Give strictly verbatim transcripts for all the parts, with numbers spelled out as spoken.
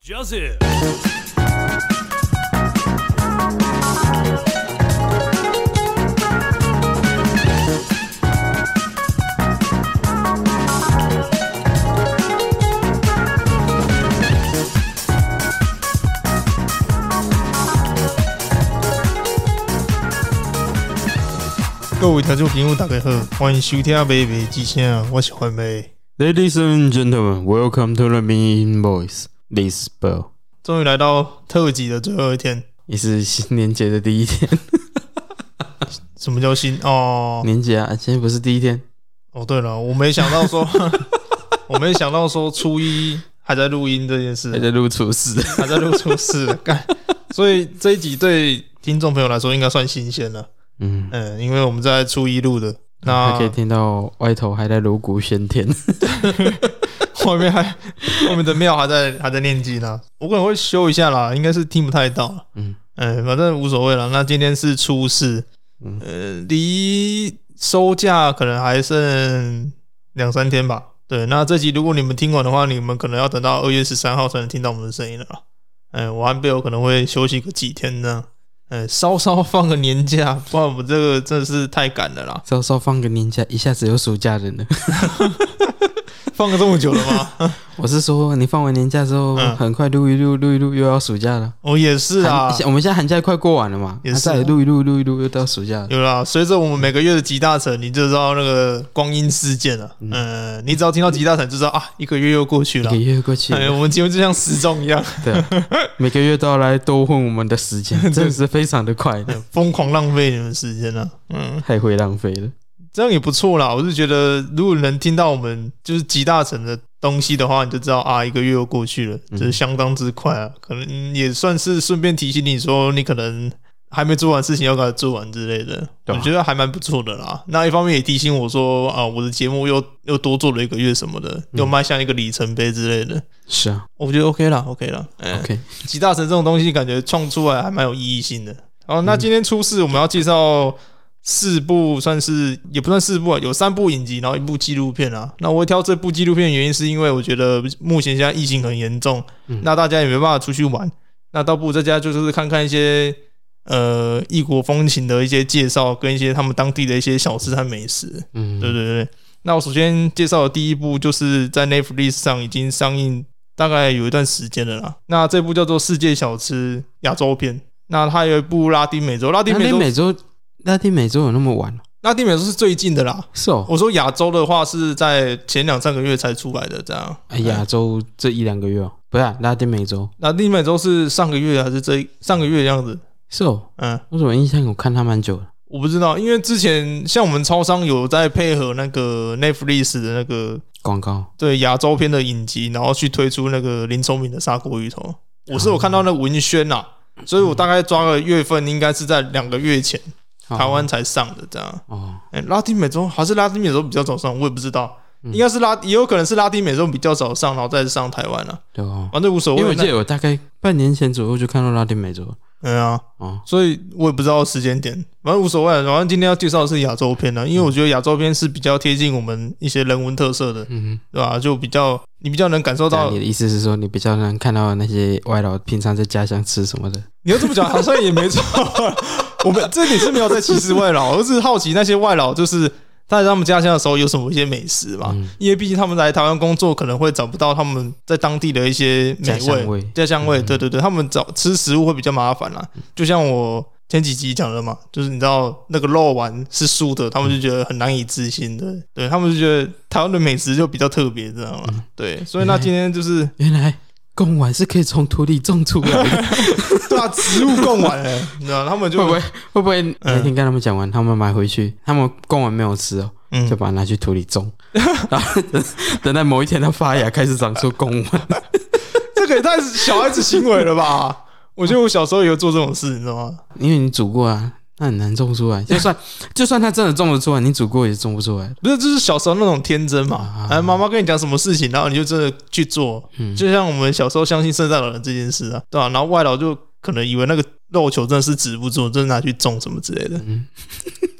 Joseph。 各位听众朋友大家好，欢迎收听北北之声，我是番妹。 Ladies and gentlemen, welcome to the Mean Boys. This is Bill. 终于来到特辑的最后一天， 也是新年节的第一天。 什么叫新哦？ 年节啊，今天不是第一天。 哦，对了，我没想到说，我没想到说初一还在录音这件事， 还在录初四， 还在录初四，干。所以这一集对听众朋友来说应该算新鲜了。嗯嗯，因为我们在初一录的，那还可以听到外头还在锣鼓喧天， 外面还外面的庙还在还在念经呢。我可能会修一下啦，应该是听不太到。嗯嗯，反正无所谓了。那今天是初四，嗯、呃，离收假可能还剩两三天吧。对，那这集如果你们听完的话，你们可能要等到二月十三号才能听到我们的声音了啦。嗯，我和贝欧可能会休息个几天这样。呃、嗯，稍稍放个年假，不然我们这个真的是太赶了啦。 稍稍放个年假，一下子有暑假人了。 放了这么久了吗？ 我是说，你放完年假之后，嗯、很快录一录，录一录又要暑假了。 哦，也是啊， 我们现在寒假快过完了嘛，也是、啊、再录一录，录一录又到暑假了。 有啦，随着我们每个月的集大成，你就知道那个光阴事件了。嗯、呃，你只要听到集大成，就知道啊，一个月又过去了， 一个月又过去了。 哎，我们节目就像时钟一样， 对、啊，每个月都要来多混我们的时间，真的是非常的快的， 疯狂浪费你们时间了、啊。嗯， 太会浪费了。 这样也不错啦，我是觉得如果能听到我们就是集大成的东西的话，你就知道啊，一个月又过去了，就是相当之快啊。可能也算是顺便提醒你说，你可能还没做完事情要赶快做完之类的，我觉得还蛮不错的啦。那一方面也提醒我说啊，我的节目又又多做了一个月什么的，又迈向一个里程碑之类的。 是啊， 我觉得 OK 啦 ，OK 啦、欸、，OK。集大成这种东西，感觉创出来还蛮有意义性的。好，那今天初四我们要介绍四部，算是也不算四部啊，有三部影集，然后一部纪录片啊。那我会挑这部纪录片的原因，是因为我觉得目前现在疫情很严重、嗯，那大家也没办法出去玩，那倒不如在家就是看看一些呃异国风情的一些介绍，跟一些他们当地的一些小吃和美食。嗯，对对对。那我首先介绍的第一部就是在 Netflix 上已经上映大概有一段时间了啦。那这部叫做《世界小吃亚洲篇》。那它有一部拉丁美洲，拉丁美洲。 拉丁美洲拉丁美洲有那么晚、啊？ 拉丁美洲是最近的啦。 是哦。 我说亚洲的话是在前两三个月才出来的，这样。 亚、哎、洲这一两个月哦，不是、啊、拉丁美洲。 拉丁美洲是上个月还是这上个月的样子？ 是哦。嗯，我怎么印象我看他蛮久的？ 我不知道，因为之前像我们超商有在配合那个 Netflix 的那个广告，对亚洲篇的影集，然后去推出那个林聪明的砂锅鱼头。我是有看到那个文宣啦。所以我大概抓个月份，应该是在两个月前，台湾才上的这样。哦，欸、拉丁美洲还是拉丁美洲比较早上，我也不知道，嗯、应该是拉，也有可能是拉丁美洲比较早上，然后再上台湾了。对哦，反正无所谓。 因为我记得我大概半年前左右就看到拉丁美洲。 对啊，哦，所以我也不知道时间点，反正无所谓。反正今天要介绍的是亚洲篇了，因为我觉得亚洲篇是比较贴近我们一些人文特色的，嗯，对吧？就比较你比较能感受到。 你的意思是说，你比较能看到那些外劳平常在家乡吃什么的？ 你要这么讲，好像也没错。我们这里是没有在歧视外劳，而是好奇那些外劳就是在他们家乡的时候有什么一些美食嘛？嗯、因为毕竟他们来台湾工作，可能会找不到他们在当地的一些美味、家乡味。对对对，他们找吃食物会比较麻烦啦。就像我前几集讲的嘛，就是你知道那个肉丸是素的，他们就觉得很难以置信的。对，他们就觉得台湾的美食就比较特别，知道吗？对，所以那今天就是原来贡丸是可以从土里种出来的。 对啊，植物贡丸哎，你知道他们就会不会会不会那天跟他们讲完，他们买回去，他们贡丸没有吃哦。嗯、就把它拿去土里种，然后 等, 等待某一天它发芽，开始长出贡丸。 这个也太小孩子行为了吧？我觉得我小时候也有做这种事，你知道吗？ 因为你煮过啊，那很难种出来。就算就算它真的种得出来，你煮过也种不出来。 不是，就是小时候那种天真嘛。哎、啊，妈妈跟你讲什么事情，然后你就真的去做。嗯、就像我们小时候相信圣诞老人这件事啊，对吧、啊？然后外劳就可能以为那个肉球真的是止不住，真的拿去种什么之类的。嗯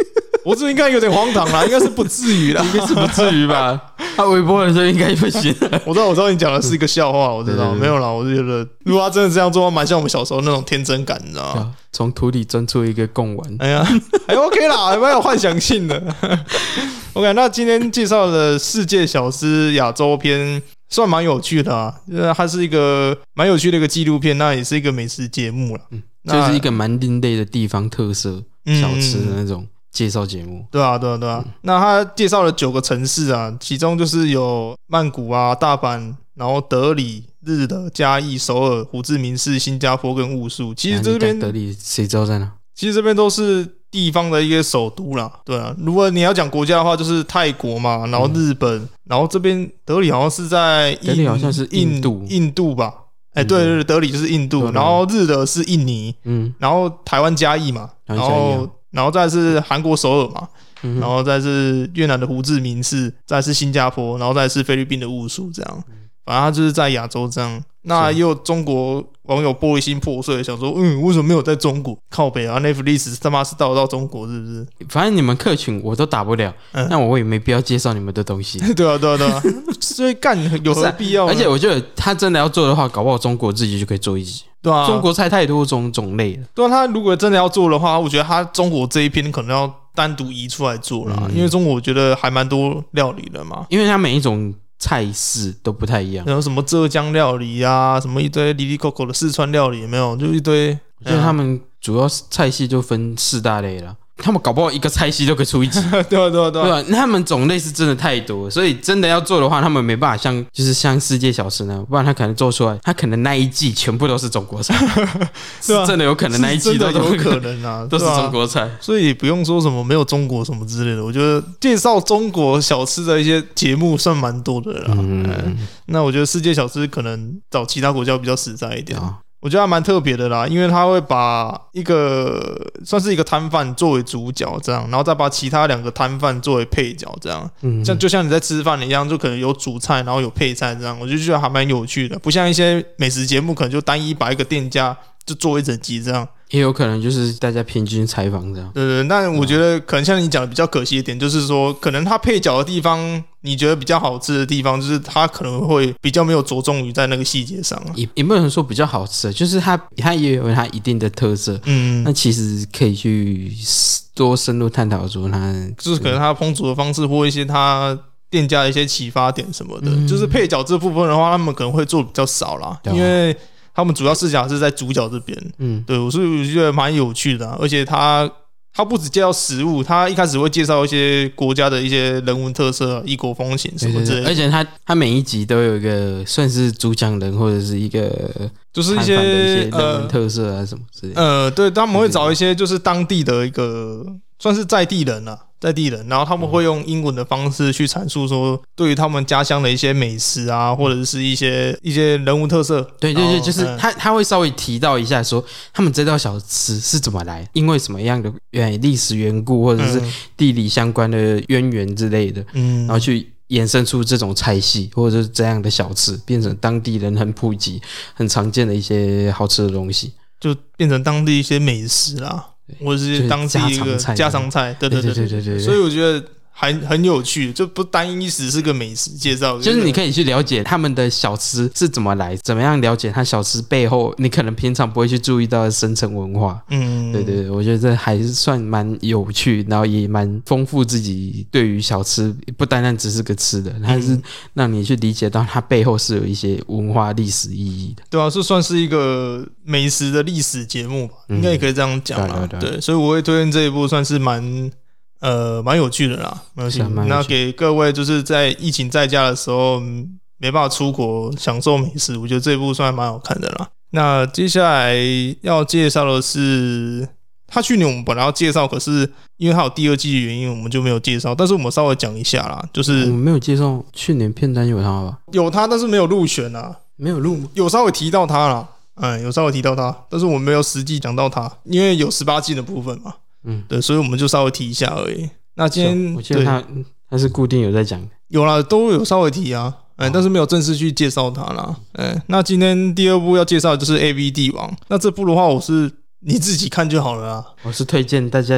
我这应该有点荒唐啦，应该是不至于啦， 应该是不至于吧？他微波的时候应该不行。 我知道，我知道你讲的是一个笑话，我知道，没有啦。我就觉得，如果他真的这样做，蛮像我们小时候那种天真感，你知道吗？ 从土里钻出一个贡丸， 哎呀，还 OK 啦，还蛮有幻想性的。OK， 那今天介绍的世界小吃亚洲篇算蛮有趣的啊，它是一个蛮有趣的一个纪录片，那也是一个美食节目啦， 嗯，就是一个蛮另类的地方特色小吃的那种介绍节目。 对啊，对啊，对啊。嗯、那他介绍了九个城市啊，其中就是有曼谷啊、大阪，然后德里、日的、嘉义、首尔、胡志明市、新加坡跟雾数。其实这边德里谁知道在哪？ 其实这边都是地方的一个首都啦，对啊。如果你要讲国家的话，就是泰国嘛，然后日本，嗯、然后这边德里好像是在德里好像是印度， 印度吧？哎、欸，对对对，德里就是印度，然后日的是印尼，嗯，然后台湾嘉义嘛，然后然后再是韩国首尔嘛。嗯、然后再是越南的胡志明市，再是新加坡，然后再是菲律宾的雾数，这样，反正它就是在亚洲这样。那也有中国网友玻璃心破碎，想说，嗯，为什么没有在中国靠北啊 ？Netflix 他妈是到到中国是不是？ 反正你们客群我都打不了，嗯、那我也没必要介绍你们的东西。 对啊，对啊，对啊，所以干有何必要？ 而且我觉得他真的要做的话，搞不好中国自己就可以做一集。 对啊， 中国菜太多种种类了。 对啊，他如果真的要做的话，我觉得他中国这一篇可能要单独移出来做啦，嗯、因为中国我觉得还蛮多料理的嘛， 因为它每一种菜式都不太一样， 有什么浙江料理啊，什么一堆哩哩扣扣的四川料理，有没有？就一堆。 我觉得他们主要菜系就分四大类了。他们搞不好一个菜系都可以出一集， 对啊对啊对啊，对啊， 那他们种类是真的太多，所以真的要做的话，他们没办法像就是像世界小吃那样，不然他可能做出来，他可能那一季全部都是中国菜，是真的有可能那一季都有可能啊， 都是中国菜， 所以也不用说什么没有中国什么之类的。我觉得介绍中国小吃的一些节目算蛮多的啦。嗯嗯，那我觉得世界小吃可能找其他国家比较实在一点。哦，我觉得还蛮特别的啦，因为他会把一个算是一个摊贩作为主角这样，然后再把其他两个摊贩作为配角这样，嗯，像就像你在吃饭一样，就可能有主菜，然后有配菜这样，我就觉得还蛮有趣的，不像一些美食节目可能就单一把一个店家就做一整集这样。 也有可能就是大家平均采访这样。 对对，但我觉得可能像你讲的比较可惜一点，就是说可能他配角的地方，你觉得比较好吃的地方，就是他可能会比较没有着重于在那个细节上。 也也不能说比较好吃，就是他他也有他一定的特色。嗯，那其实可以去多深入探讨说他， 就是可能他烹煮的方式或一些他店家的一些启发点什么的。嗯，就是配角这部分的话，他们可能会做比较少啦，因为他们主要视角是在主角这边，嗯，对，我是觉得蛮有趣的，啊，而且他他不只介绍食物，他一开始会介绍一些国家的一些人文特色、异国风情什么之类的，对对对， 而且他他每一集都有一个算是主讲人或者是一个就是一些人文特色啊什么之类的， 呃，对，他们会找一些就是当地的一个算是在地人啊。在地人，然后他们会用英文的方式去阐述说，对于他们家乡的一些美食啊，或者是一些一些人文特色。 对对对，就是他他会稍微提到一下说，他们这道小吃是怎么来，因为什么样的历史缘故，或者是地理相关的渊源之类的，嗯，然后去衍生出这种菜系或者是这样的小吃，变成当地人很普及、很常见的一些好吃的东西， 就变成当地一些美食啦。或者是当地一个家常菜，对对对对对对，所以我觉得还很有趣，就不单一只是个美食介绍， 就是你可以去了解他们的小吃是怎么来，怎么样了解他小吃背后你可能平常不会去注意到的深层文化。嗯，对对对，我觉得这还是算蛮有趣，然后也蛮丰富自己对于小吃，不单单只是个吃的，它是让你去理解到它背后是有一些文化历史意义的。 对啊，这算是一个美食的历史节目吧，应该也可以这样讲啦。嗯，对, 对, 对，所以我会推荐这一部，算是蛮。呃，蛮有趣的啦，蛮有趣的。那给各位就是在疫情在家的时候没办法出国享受美食，我觉得这一部算蛮好看的啦。那接下来要介绍的是，他去年我们本来要介绍，可是因为他有第二季的原因，我们就没有介绍。但是我们稍微讲一下啦，就是我们没有介绍去年片单有他吧？ 有他，但是没有入选啊， 没有入， 有稍微提到他啦，嗯，有稍微提到他，但是我们没有实际讲到他，因为有十八禁的部分嘛。嗯，对，所以我们就稍微提一下而已。那今天我记得他他是固定有在讲的， 有啦，都有稍微提啊，嗯，但是没有正式去介绍他啦。嗯，那今天第二部要介绍的就是 A V 帝王。那这部的话，我是你自己看就好了啦。 我是推荐大家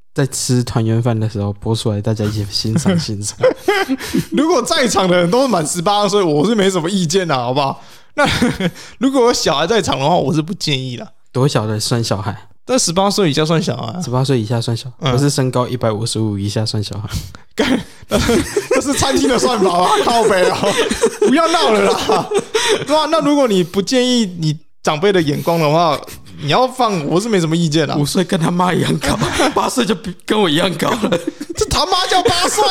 在吃团圆饭的时候播出来，大家一起欣赏欣赏。 如果在场的人都是满十八岁，我是没什么意见啦，好不好？那如果有小孩在场的话，我是不建议啦。 多小的算小孩？ 但十八岁以下算小孩、啊， 十八岁以下算小孩，嗯、不是身高一百五十五以下算小孩。 干，这是餐厅的算法吧？靠北啊！不要闹了啦，对吧、啊？那如果你不介意你长辈的眼光的话，你要放，我是没什么意见啦。 五岁跟他妈一样高，八岁就跟我一样高了， 这他妈叫八岁！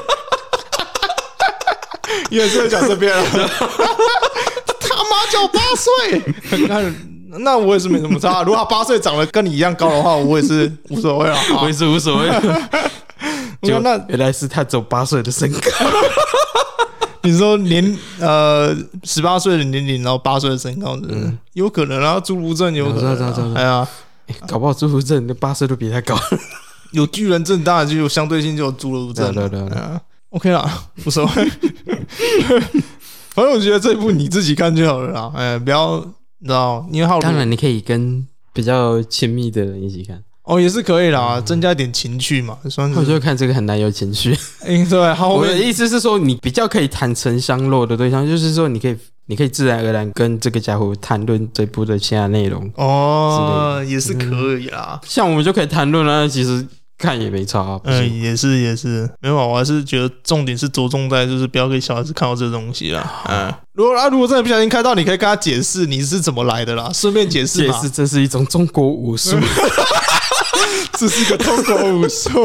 也是讲这边了，他妈叫八岁，那那我也是没什么差。如果他八岁长得跟你一样高的话，我也是无所谓了， 我也是无所谓。就那原来是他只有八岁的身高。 你说年呃十八岁的年龄，然后八岁的身高，嗯，有可能啊，侏儒症有可能、啊，哎呀， 搞不好侏儒症那八岁都比他高。 有巨人症，当然就有相对性就有侏儒症， 对对对、 啊、，OK 啦，无所谓。反正我觉得这一部你自己看就好了啦，哎，不要你知道，因为好当然你可以跟比较亲密的人一起看。 哦，也是可以啦，增加一点情趣嘛，算是。 我就看这个很难有情绪。 嗯，对。好， 我的意思是说，你比较可以坦诚相露的对象，就是说，你可以，你可以自然而然跟这个家伙谈论这部的其他内容。 哦，也是可以啦、嗯。 像我们就可以谈论啊，其实看也没差、啊。 嗯，也是也是，没有，我还是觉得重点是着重在就是不要给小孩子看到这东西啦。嗯，如果啊，如果真的不小心看到，你可以跟他解释你是怎么来的啦，顺便解释嘛。 解释这是一种中国武术。 这是一个中国武术，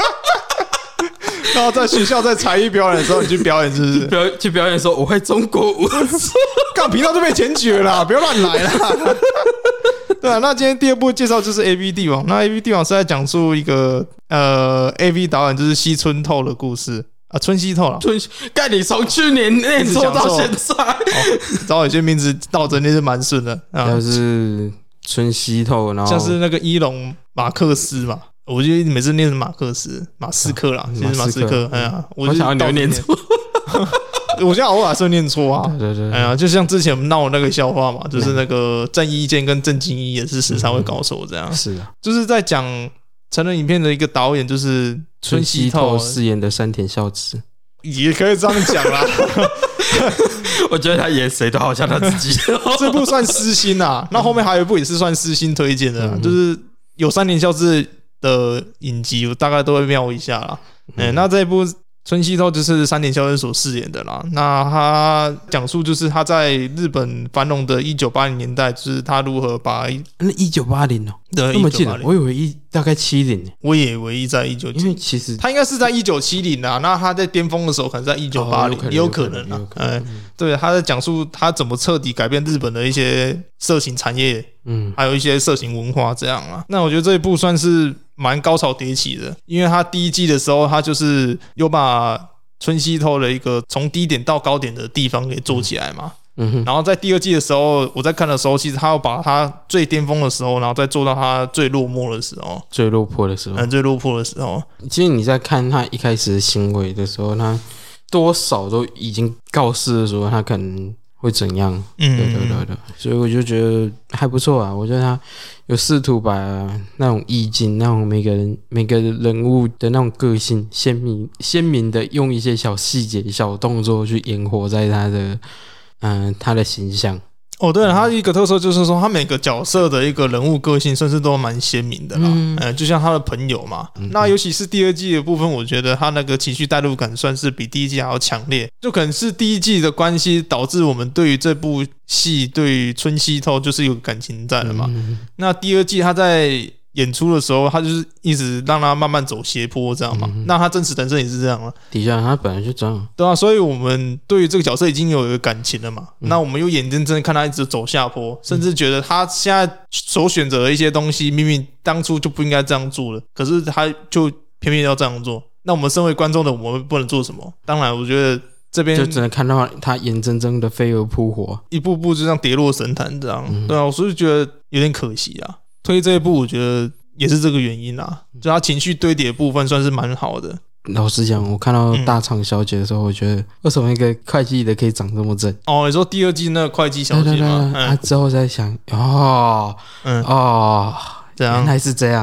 然后在学校在才艺表演的时候，你去表演，是不是？ 表去表演说我会中国武术， 干频道就被检举了啦，不要乱来啦。对啊，那今天第二部介绍就是 A V 帝王，那 A V 帝王是在讲述一个呃 A V 导演就是西村透的故事啊，春熙透啦。 春干你从去年念错到现在， 然后有些名字倒着念是蛮顺的， 要是。春熙透，然后像是那个伊隆马克思嘛，我觉得每次念是马克思、马斯克啦，其实马斯克，哎呀， 我想要你念错， 我现在偶尔是念错啊， 对对对， 哎呀，就像之前我们闹那个笑话嘛，就是那个郑伊健跟郑经一也是时常会搞手这样， 是啊， 就是在讲成人影片的一个导演，就是春熙透饰演的山田孝之。 也可以这样讲啦， 我觉得他演谁都好像他自己。 这部算私心啊，那后面还有一部也是算私心推荐的啦、嗯，就是有山田孝之的影集，我大概都会瞄一下啦。嗯欸、那这一部春熙透就是山田孝之所饰演的啦。那他讲述就是他在日本繁荣的一九八零年代，就是他如何把那一九八零哦， 对， 那么近，我以为一大概七零， 我也以为一在一九， 因为其实他应该是在一九七零啊。那他在巅峰的时候可能在一九八零，也有可能啊。哎，对，他在讲述他怎么彻底改变日本的一些色情产业，嗯，还有一些色情文化这样啊。那我觉得这一部算是蛮高潮迭起的，因为他第一季的时候，他就是有把春熙透的一个从低点到高点的地方给做起来嘛。嗯哼，然后在第二季的时候，我在看的时候，其实他要把他最巅峰的时候，然后再做到他最落寞的时候， 最落魄的时候， 嗯，最落魄的时候。 其实你在看他一开始的行为的时候，他多少都已经告示了说他可能会怎样，嗯，对对对对，所以我就觉得还不错啊。我觉得他有试图把那种意境、那种每个人每个人物的那种个性鲜明、鲜明的用一些小细节、小动作去演活在他的。嗯，他的形象哦，对了，他一个特色就是说，他每个角色的一个人物个性，甚至都蛮鲜明的啦。嗯，呃、就像他的朋友嘛、嗯，那尤其是第二季的部分，我觉得他那个情绪代入感算是比第一季还要强烈。就可能是第一季的关系，导致我们对于这部戏，对于春熙透就是有感情在了嘛。嗯、那第二季他在演出的时候，他就是一直让他慢慢走斜坡，这样嘛。嗯、那他真实人生也是这样啊。 底下他本来就这样， 对啊，所以我们对于这个角色已经有一个感情了嘛。嗯、那我们又眼睁睁看他一直走下坡，甚至觉得他现在所选择的一些东西，明明当初就不应该这样做了，可是他就偏偏要这样做。那我们身为观众的，我们不能做什么？当然，我觉得这边就只能看到他眼睁睁的飞蛾扑火， 一步步就这样跌落神坛，这样。嗯、对啊，所以觉得有点可惜啊。推这一部，我觉得也是这个原因啦，就他情绪堆叠的部分算是蛮好的。 老实讲，我看到大厂小姐的时候，我觉得为什么一个会计的可以长这么正？ 哦，你说第二季那个会计小姐吗？ 他之后在想，哦，嗯，哦， 这样原来是这样啊。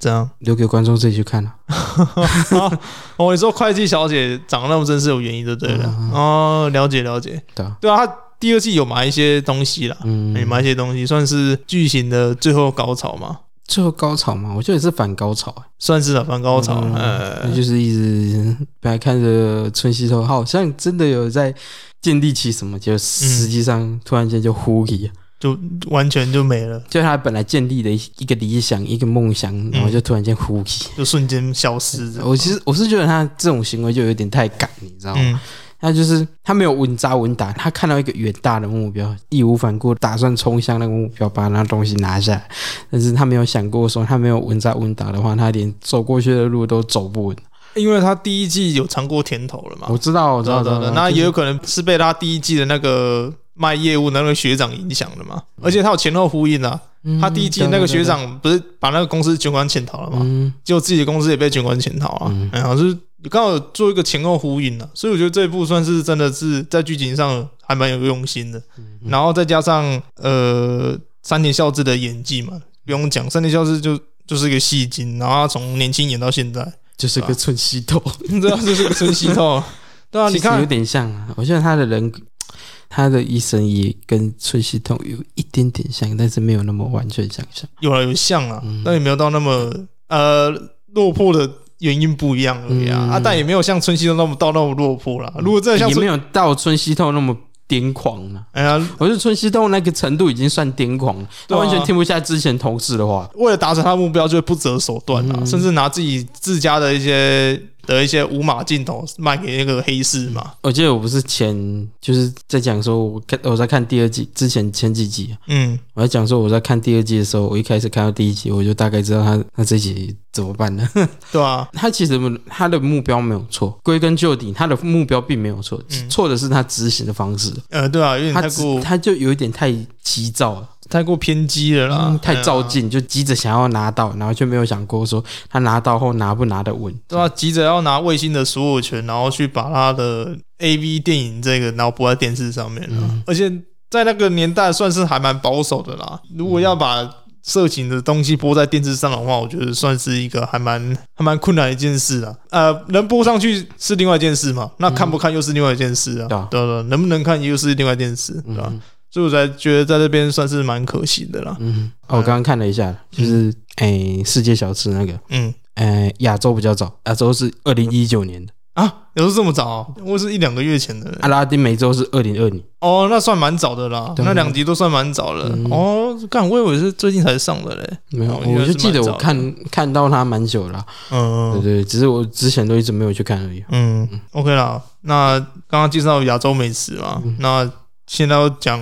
这样留给观众自己去看啊。 哦，你说会计小姐长得那么真是有原因就对了、嗯、哦，了解了解。 对啊， 对啊，他第二季有埋一些东西啦，嗯，有埋一些东西，算是剧情的最后高潮嘛。 最后高潮嘛，我觉得是反高潮、欸， 算是啊，反高潮。嗯， 呃、就是一直本来看着春熙透好像真的有在建立起什么，就实际上突然间就忽离、嗯， 就完全就没了。 就他本来建立的一个理想、一个梦想，然后就突然间忽离、嗯， 就瞬间消失。 我其实我是觉得他这种行为就有点太赶，你知道吗？嗯，他就是他没有稳扎稳打，他看到一个远大的目标，义无反顾打算冲向那个目标，把那东西拿下来。但是他没有想过说，他没有稳扎稳打的话，他连走过去的路都走不稳。 因为他第一季有尝过甜头了嘛。 我知道，我知道，知道。 那也有可能是被他第一季的那个卖业务的那个学长影响的嘛。而且他有前后呼应啊。嗯、他第一季的那个学长不是把那个公司卷款潜逃了嘛？嗯，结果自己的公司也被卷款潜逃啊。嗯，然后就是刚好有做一个前后呼应啊，所以我觉得这一部算是真的是在剧情上还蛮有用心的。嗯、然后再加上呃山田孝之的演技嘛，不用讲，山田孝之就就是一个戏精，然后他从年轻演到现在， 就是个春熙透， 对啊，就是个春熙透，对啊，你看有点像啊，我觉得他的人。他的一生也跟春熙透有一点点像，但是没有那么完全相像。 有了有像啊，嗯、但也没有到那么呃落魄的原因不一样而已啊。嗯、啊，但也没有像春熙透那么到那么落魄啦。如果真的像也没有到春熙透那么癫狂了。哎呀，我觉得春熙透那个程度已经算癫狂了，他、啊、完全听不下之前同事的话。 为了达成他的目标，就会不择手段啊，嗯、甚至拿自己自家的一些。的一些无码镜头卖给那个黑市嘛。 我记得我不是前就是在讲说我看我在看第二季之前前几集，嗯，我在讲说我在看第二季的时候，我一开始看到第一集，我就大概知道他他这集怎么办呢？ 对啊， 他其实他的目标没有错，归根究底，他的目标并没有错，嗯、错的是他执行的方式。 呃，对啊，有点太过， 他就有一点太急躁了。 太过偏激了啦， 嗯、太躁进，就急着想要拿到，然后就没有想过说他拿到后拿不拿得稳。 对啊，急着要拿卫星的所有权，然后去把他的 A V 电影这个，然后播在电视上面、嗯、而且在那个年代算是还蛮保守的啦。如果要把色情的东西播在电视上的话，我觉得算是一个还蛮还蛮困难的一件事啊。呃，能播上去是另外一件事嘛，那看不看又是另外一件事啊。嗯、对对、啊，能不能看又是另外一件事，对吧、啊？嗯，所以我才觉得在这边算是蛮可惜的啦。嗯， 哦、我刚刚看了一下，就是诶、嗯欸，世界小吃那个，嗯，诶，亚洲比较早，亚洲是二零一九年的啊，有是这么早、哦？我是一两个月前的。 阿拉丁美洲是二零二零。 哦，那算蛮早的啦，那两集都算蛮早的。嗯、哦，干，我以为是最近才上的嘞。 没有，我就记得我看看到它蛮久了啦。嗯，对对，只是我之前都一直没有去看而已。 嗯 ，OK 啦，那刚刚介绍亚洲美食嘛，嗯、那。现在要讲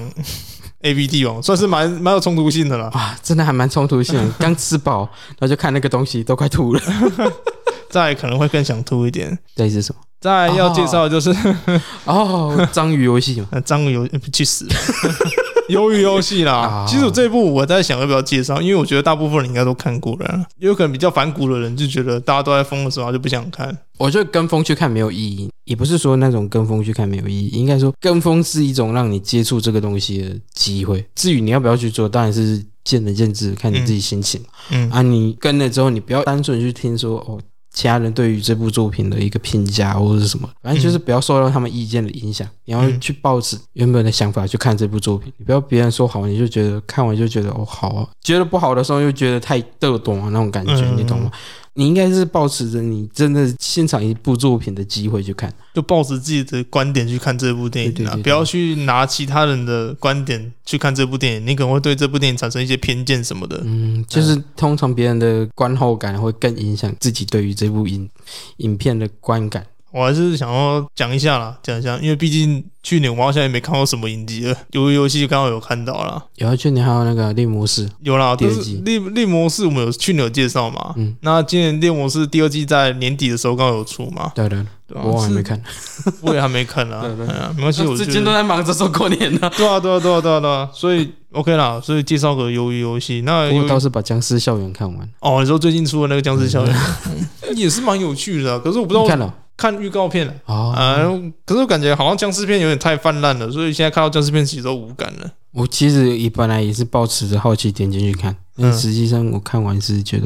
A V 帝王，算是蛮蛮有冲突性的啦。 哇，真的还蛮冲突性的。刚吃饱，然后就看那个东西，都快吐了。 再来可能会更想吐一点。 再是什么？ 再来要介绍的就是哦，章鱼游戏嘛。 章鱼游去死。鱿鱼游戏啦，其实我这一部我在想要不要介绍，因为我觉得大部分人应该都看过了，有可能比较反骨的人就觉得大家都在疯的时候，他就不想看。 我觉得跟风去看没有意义，也不是说那种跟风去看没有意义，应该说跟风是一种让你接触这个东西的机会。至于你要不要去做，当然是见仁见智，看你自己心情。嗯，啊，你跟了之后，你不要单纯去听说哦。其他人对于这部作品的一个评价或者是什么，反正就是不要受到他们意见的影响，你要去抱持原本的想法去看这部作品，你不要别人说好你就觉得看完就觉得哦好啊，觉得不好的时候又觉得太嘚懂啊那种感觉，你懂吗？你应该是抱持着你真的欣赏一部作品的机会去看， 就抱持自己的观点去看这部电影啊，对对对对，不要去拿其他人的观点去看这部电影，你可能会对这部电影产生一些偏见什么的。嗯， 就是通常别人的观后感会更影响自己对于这部影影片的观感。 我还是想要讲一下啦，讲一下，因为毕竟去年我好像也没看过什么影集了，鱿鱼游戏刚好有看到啦。 有啊，去年还有那个猎魔士， 有啦，第二季猎猎魔士我们有去年有介绍嘛，嗯，那今年猎魔士第二季在年底的时候刚好有出嘛， 对对对，我还没看， 我也还没看啊，对对对，没关系，我最近都在忙着说过年呢， 对啊对啊对啊对啊对啊，所以 OK 啦，所以介绍个鱿鱼游戏，那我倒是把僵尸校园看完。 哦，你说最近出的那个僵尸校园也是蛮有趣的，可是我不知道看了。 看预告片了啊、呃，可是我感觉好像僵尸片有点太泛滥了，所以现在看到僵尸片其实都无感了。 我其实也本来也是抱持着好奇点进去看，但实际上我看完是觉得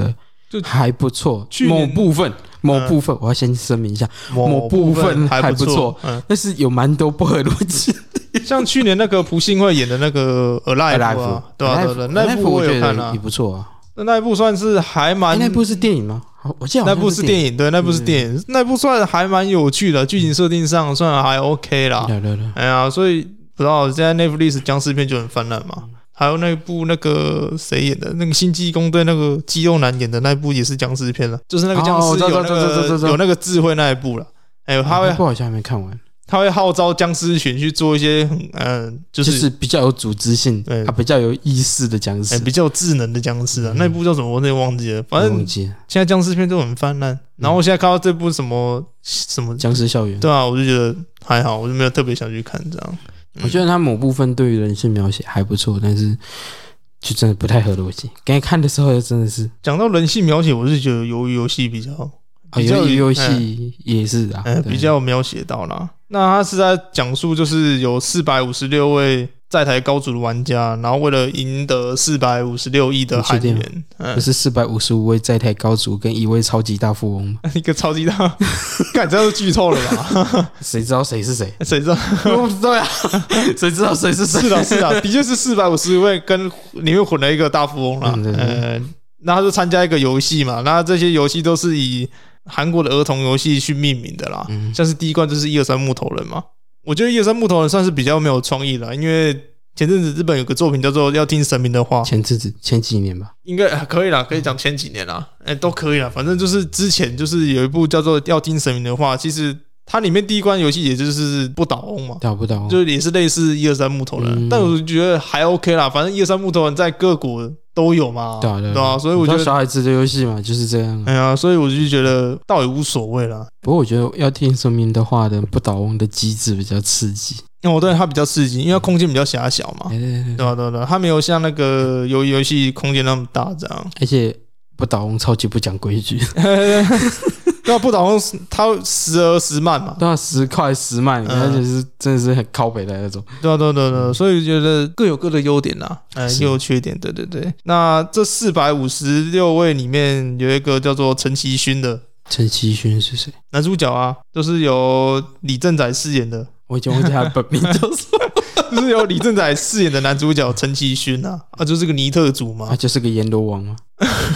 就还不错，某部分某部分、嗯、我要先声明一下，某部分还不错，嗯，但是有蛮多不合逻辑。 像去年那个朴信惠演的那个 Alive 啊，对啊，对对，那部我有看啊， 也不错啊。 那一部算是还蛮、 欸，那部是电影吗？我记得那部是电影，对，那部是电影，嗯、那部算还蛮有趣的，剧情设定上算还 OK 啦。 对对对， 哎呀，所以不知道现在 Netflix 僵尸片就很泛滥嘛。嗯、还有那部那个谁演的，那个星际攻队那个肌肉男演的那一部也是僵尸片了，就是那个僵尸有那个有那个智慧那一部了。哎，他会， 那部好像还没看完。 他会号召僵尸群去做一些，嗯、呃，就是、 就是比较有组织性，他比较有意识的僵尸、 欸，比较有智能的僵尸啊。嗯、那部叫什么？我有点忘记了。反正现在僵尸片都很泛滥。然后我现在看到这部什么什么僵尸校园， 对啊，我就觉得还好，我就没有特别想去看这样。 嗯、我觉得他某部分对于人性描写还不错，但是就真的不太合逻辑。刚才看的时候真的是讲到人性描写，我是觉得鱿鱼游戏比较。 比较游戏也是啊， 嗯，比较描写到啦。那他是在讲述，就是有四百五十六位在台高组的玩家，然后为了赢得四百五十六亿的韩元， 不是四百五十五位在台高组跟一位超级大富翁吗？ 一个超级大，干这样是剧透了吧？ 谁知道谁是谁？ 谁知道？ 我不知道呀，谁知道谁是谁？ 是的，是的，的确是四百五十位跟里面混了一个大富翁啦。嗯，呃，那他就参加一个游戏嘛，那这些游戏都是以韩国的儿童游戏去命名的啦，嗯、像是第一关就是一二三木头人嘛。我觉得一二三木头人算是比较没有创意的，因为前阵子日本有个作品叫做《要听神明的话》， 前阵子前几年吧， 应该可以啦，可以讲前几年啦，哎、欸，都可以啦。反正就是之前就是有一部叫做《要听神明的话》，其实它里面第一关游戏也就是不倒翁嘛， 倒不倒翁， 就也是类似一二三木头人，嗯、但我觉得还 OK 啦。反正一二三木头人在各国都有嘛， 对啊，对啊， 对啊，所以我觉得小孩子的游戏嘛就是这样。 哎呀，所以我就觉得倒也无所谓啦。 不过我觉得要听神明的话的不倒翁的机制比较刺激。 因为我对它比较刺激，因为它空间比较狭小嘛，对对对，对啊对对，它没有像那个游游戏空间那么大这样。 而且不倒翁超级不讲规矩。 对啊，不倒翁它时而时慢嘛， 对啊，时快时慢，而且是真的是很靠北的那种。 对啊，对对对，所以觉得各有各的优点啦，哎，也有缺点，对对对。那这四百五十六位里面有一个叫做陈其勋的， 陈其勋是谁？ 男主角啊，就是由李正宰饰演的。 我已经忘记他的本名叫什么， 就是由李正宰饰演的男主角陈其勋啊，啊，就是个尼特族嘛， 他就是个阎罗王嘛。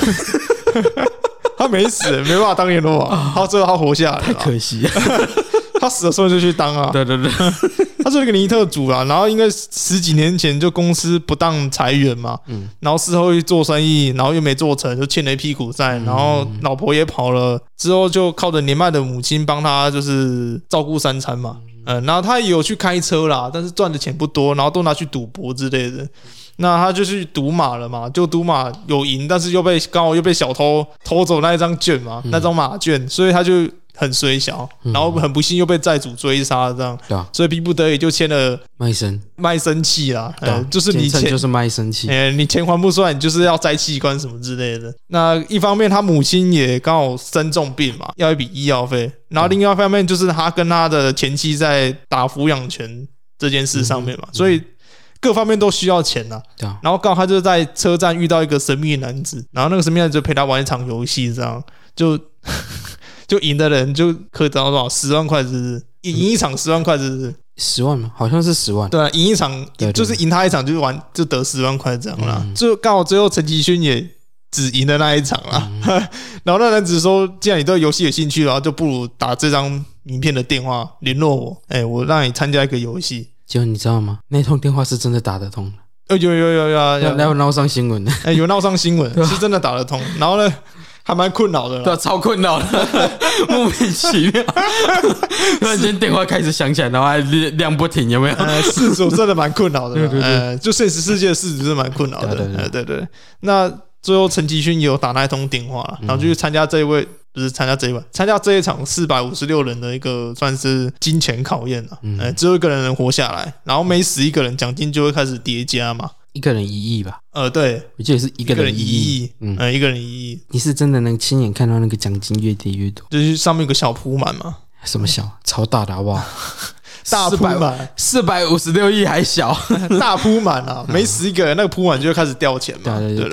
他没死，没办法当阎罗王，他最后他活下来了， 太可惜了。 他死的时候就去当啊， 对对对， 他是一个尼特族啊，然后应该十几年前就公司不当裁员嘛，嗯，然后事后去做生意，然后又没做成，就欠了一屁股债，然后老婆也跑了，之后就靠着年迈的母亲帮他就是照顾三餐嘛，嗯，然后他也有去开车啦，但是赚的钱不多，然后都拿去赌博之类的。那他就去赌马了嘛，就赌马有赢，但是又被刚好又被小偷偷走那一张券嘛，嗯、那张马券，所以他就很衰小，然后很不幸又被债主追杀，这样，嗯、所以逼不得已就签了卖身卖身契啦，呃，就是你钱就是卖身契， 欸，你钱还不出来，你就是要摘器官什么之类的。那一方面他母亲也刚好生重病嘛，要一笔医药费，然后另外一方面就是他跟他的前妻在打抚养权这件事上面嘛，嗯、所以。各方面都需要钱呐、啊，然后刚好他就在车站遇到一个神秘的男子，然后那个神秘男子就陪他玩一场游戏，这样就就赢的人就可以得到多少十万块，是不是？赢一场十万块，是不是？ 十万吗？好像是十万。 对啊，赢一场对对对就是赢他一场就玩就得十万块这样啦。嗯、就刚好最后陈其勋也只赢了那一场啦。嗯、然后那男子说：“既然你对游戏有兴趣，然后就不如打这张名片的电话联络我，哎、欸，我让你参加一个游戏。” 结果你知道吗？那通电话是真的打得通的。 呃，有有有有有， 然后闹上新闻的。 哎，有闹上新闻，是真的打得通。然后呢，还蛮困扰的啦， 对、啊，超困扰的，莫名其妙。突然间电话开始响起来，然后还亮不停，有没有？ 呃，事主真的蛮困扰的。对对对，呃，就现实世界的事主是蛮困扰的。对对 对, 对, 对, 对。那最后陈其勋也有打那一通电话，然后就去参加这一位。不是参加这一晚，参加这一场四百五十六人的一个算是金钱考验了、啊。嗯、欸，只有一个人能活下来，然后每死一个人，奖金就会开始叠加嘛。 一个人一亿吧？ 呃，对， 我记得是一个人一亿。 嗯、呃，一个人一亿。 你是真的能亲眼看到那个奖金越叠越多？ 就是上面有个小铺满嘛。 什么小？超大的好不好？ 大铺满， 四百五十六亿还小， 大铺满啊！每死一个人，那个铺满就会开始掉钱嘛。 对对对，掉钱。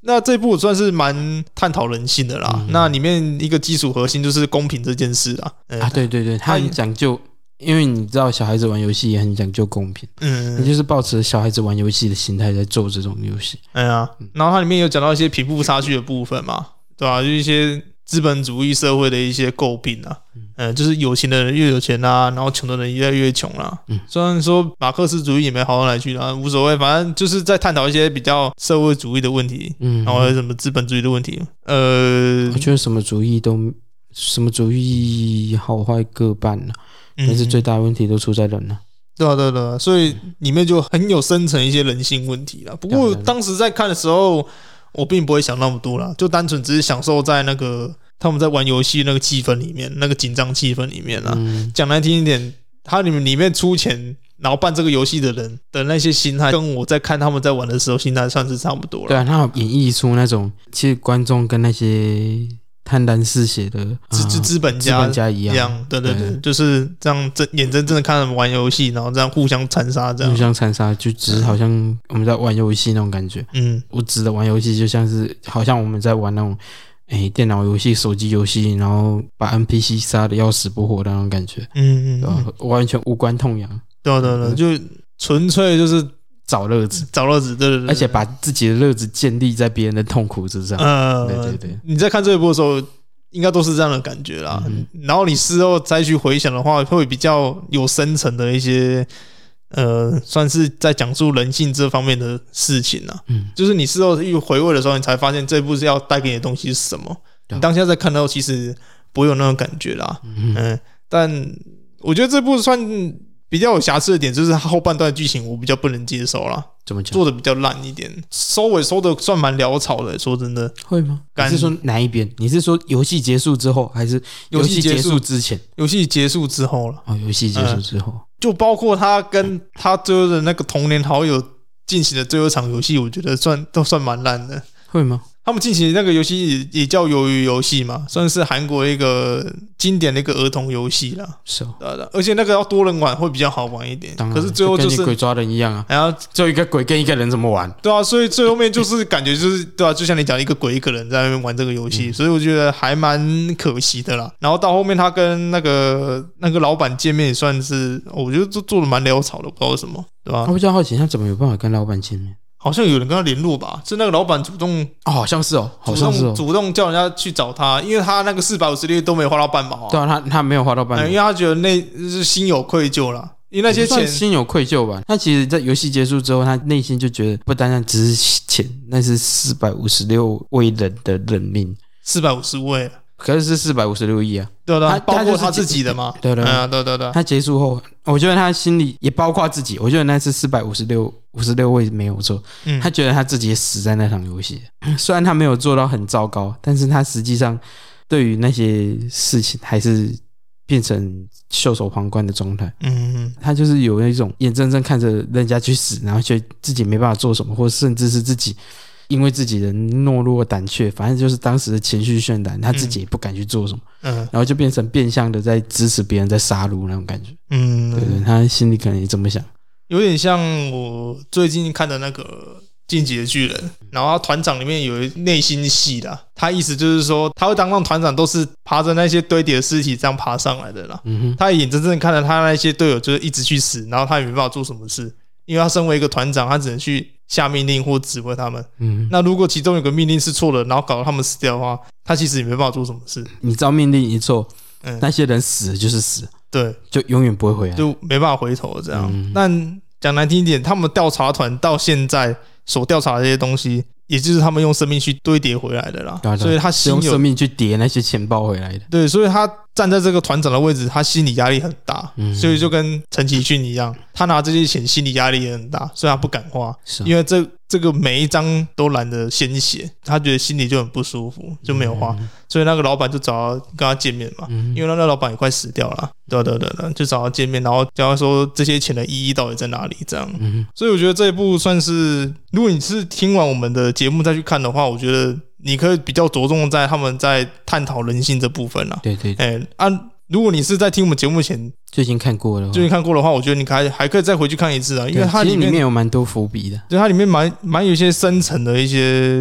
那这部算是蛮探讨人性的啦。嗯、那里面一个基础核心就是公平这件事啦。 啊，对对对，他很讲究，因为你知道小孩子玩游戏也很讲究公平，嗯，你就是抱持小孩子玩游戏的心态在做这种游戏。 哎呀，然后它里面有讲到一些贫富差距的部分嘛，对吧、啊？就一些资本主义社会的一些诟病啊，嗯、呃，就是有钱的人越有钱啊，然后穷的人越来越穷啦、啊。嗯，虽然说马克思主义也没好到哪里去啦，无所谓，反正就是在探讨一些比较社会主义的问题，嗯，然后还有什么资本主义的问题。呃， 我觉得什么主义都什么主义好坏各半啊，嗯、但是最大的问题都出在人啊。 对啊，对啊，对啊，所以里面就很有深层一些人性问题啦。不过当时在看的时候，我并不会想那么多啦，就单纯只是享受在那个他们在玩游戏那个气氛里面，那个紧张气氛里面啦。讲、嗯、难听一点，他里面里面出钱然后办这个游戏的人的那些心态，跟我在看他们在玩的时候心态算是差不多了。 对啊，他有演绎出那种其实观众跟那些贪婪嗜血的资资资本家资本家一样， 一样对对 对, 对，就是这样真眼睁睁的看他们玩游戏，然后这样互相残杀，这样互相残杀，就只是好像我们在玩游戏那种感觉。嗯，我指的玩游戏就像是好像我们在玩那种诶电脑游戏、手机游戏，然后把 N P C 杀的要死不活的那种感觉。嗯嗯，对吧？完全无关痛痒。 对对对，就纯粹就是找乐子， 找乐子，对对对， 而且把自己的乐子建立在别人的痛苦之上。嗯，对对对。 你在看这一部的时候，应该都是这样的感觉啦。嗯、然后你事后再去回想的话，会比较有深层的一些，呃，算是在讲述人性这方面的事情啦。嗯，就是你事后一回味的时候，你才发现这部是要带给你的东西是什么。你当下在看到，其实不会有那种感觉啦。嗯，嗯但我觉得这部算比较有瑕疵的点，就是它后半段的剧情我比较不能接受啦。 怎么讲？ 做的比较烂一点，收尾收的算蛮潦草的。说真的， 会吗？你是说哪一边？你是说游戏结束之后，还是游戏结束之前？ 游戏结束之后了。 哦，游戏结束之后、嗯， 就包括他跟他最后的那个童年好友进行的最后一场游戏，我觉得算都算蛮烂的。 会吗？ 他们进行的那个游戏 也, 也叫鱿鱼游戏嘛，算是韩国一个经典的一个儿童游戏啦。是、哦，对的，而且那个要多人玩会比较好玩一点。可是最后就是就跟你鬼抓人一样啊，然后只有一个鬼跟一个人怎么玩？ 对啊，所以最后面就是感觉就是对啊，就像你讲一个鬼一个人在那边玩这个游戏、嗯，所以我觉得还蛮可惜的啦。然后到后面他跟那个那个老板见面也算是，我觉得做做的蛮潦草的，不知道为什么，对吧？ 我比较好奇他怎么有办法跟老板见面。 好像有人跟他联络吧，是那个老板主动哦，好像是哦，好像是、哦、 主动叫人家去找他，因为他那个四百五十六都没有花到半毛、啊。 对啊，他他没有花到半毛、嗯，因为他觉得那是心有愧疚啦，因为那些钱心有愧疚吧。他其实，在游戏结束之后，他内心就觉得不单单只是钱，那是四百五十六位人的人命， 四百五十位。 可是是四百五十六亿啊， 对对，包括他自己的嘛， 对对、 嗯、对对对。 他结束后，我觉得他心里也包括自己，我觉得那是四百五十六五十六位没有错、嗯，他觉得他自己也死在那场游戏。虽然他没有做到很糟糕，但是他实际上对于那些事情还是变成袖手旁观的状态。嗯，他就是有那种眼睁睁看着人家去死，然后觉得自己没办法做什么，或甚至是自己。因为自己的懦弱胆怯，反正就是当时的情绪渲染，他自己也不敢去做什么，嗯，然后就变成变相的在支持别人在杀戮那种感觉，嗯，对对，他心里可能也这么想， 有点像我最近看的那个《进击的巨人》，然后他团长里面有内心戏啦，他意思就是说他会当上团长都是爬着那些堆叠的尸体这样爬上来的啦，嗯哼，他眼睁睁看着他那些队友就是一直去死，然后他也没办法做什么事。因为他身为一个团长，他只能去下命令或指挥他们。嗯，那如果其中有个命令是错的，然后搞得他们死掉的话，他其实也没办法做什么事。 你知道命令一错，嗯，那些人死了就是死， 对， 就永远不会回来， 就没办法回头这样。嗯、但讲难听一点，他们调查团到现在所调查的这些东西，也就是他们用生命去堆叠回来的啦。对对，所以他心有用生命去叠那些钱包回来的。 对，所以他站在这个团长的位置，他心理压力很大，嗯、所以就跟陈其训一样，他拿这些钱心理压力也很大，所以他不敢花，是因为这这个每一张都染了鲜血，他觉得心里就很不舒服，就没有花，嗯、所以那个老板就找他跟他见面嘛，嗯、因为那个老板也快死掉了，对对对对，就找他见面，然后叫他说这些钱的意义到底在哪里，这样，嗯、所以我觉得这一部算是，如果你是听完我们的节目再去看的话，我觉得你可以比较着重在他们在探讨人性这部分啦。 对对对， 欸，啊，如果你是在听我们节目前就已经看过了， 就已经看过的话，我觉得你还还可以再回去看一次啊，因为它里面里面有蛮多伏笔的， 对，它里面蛮蛮有一些深层的一些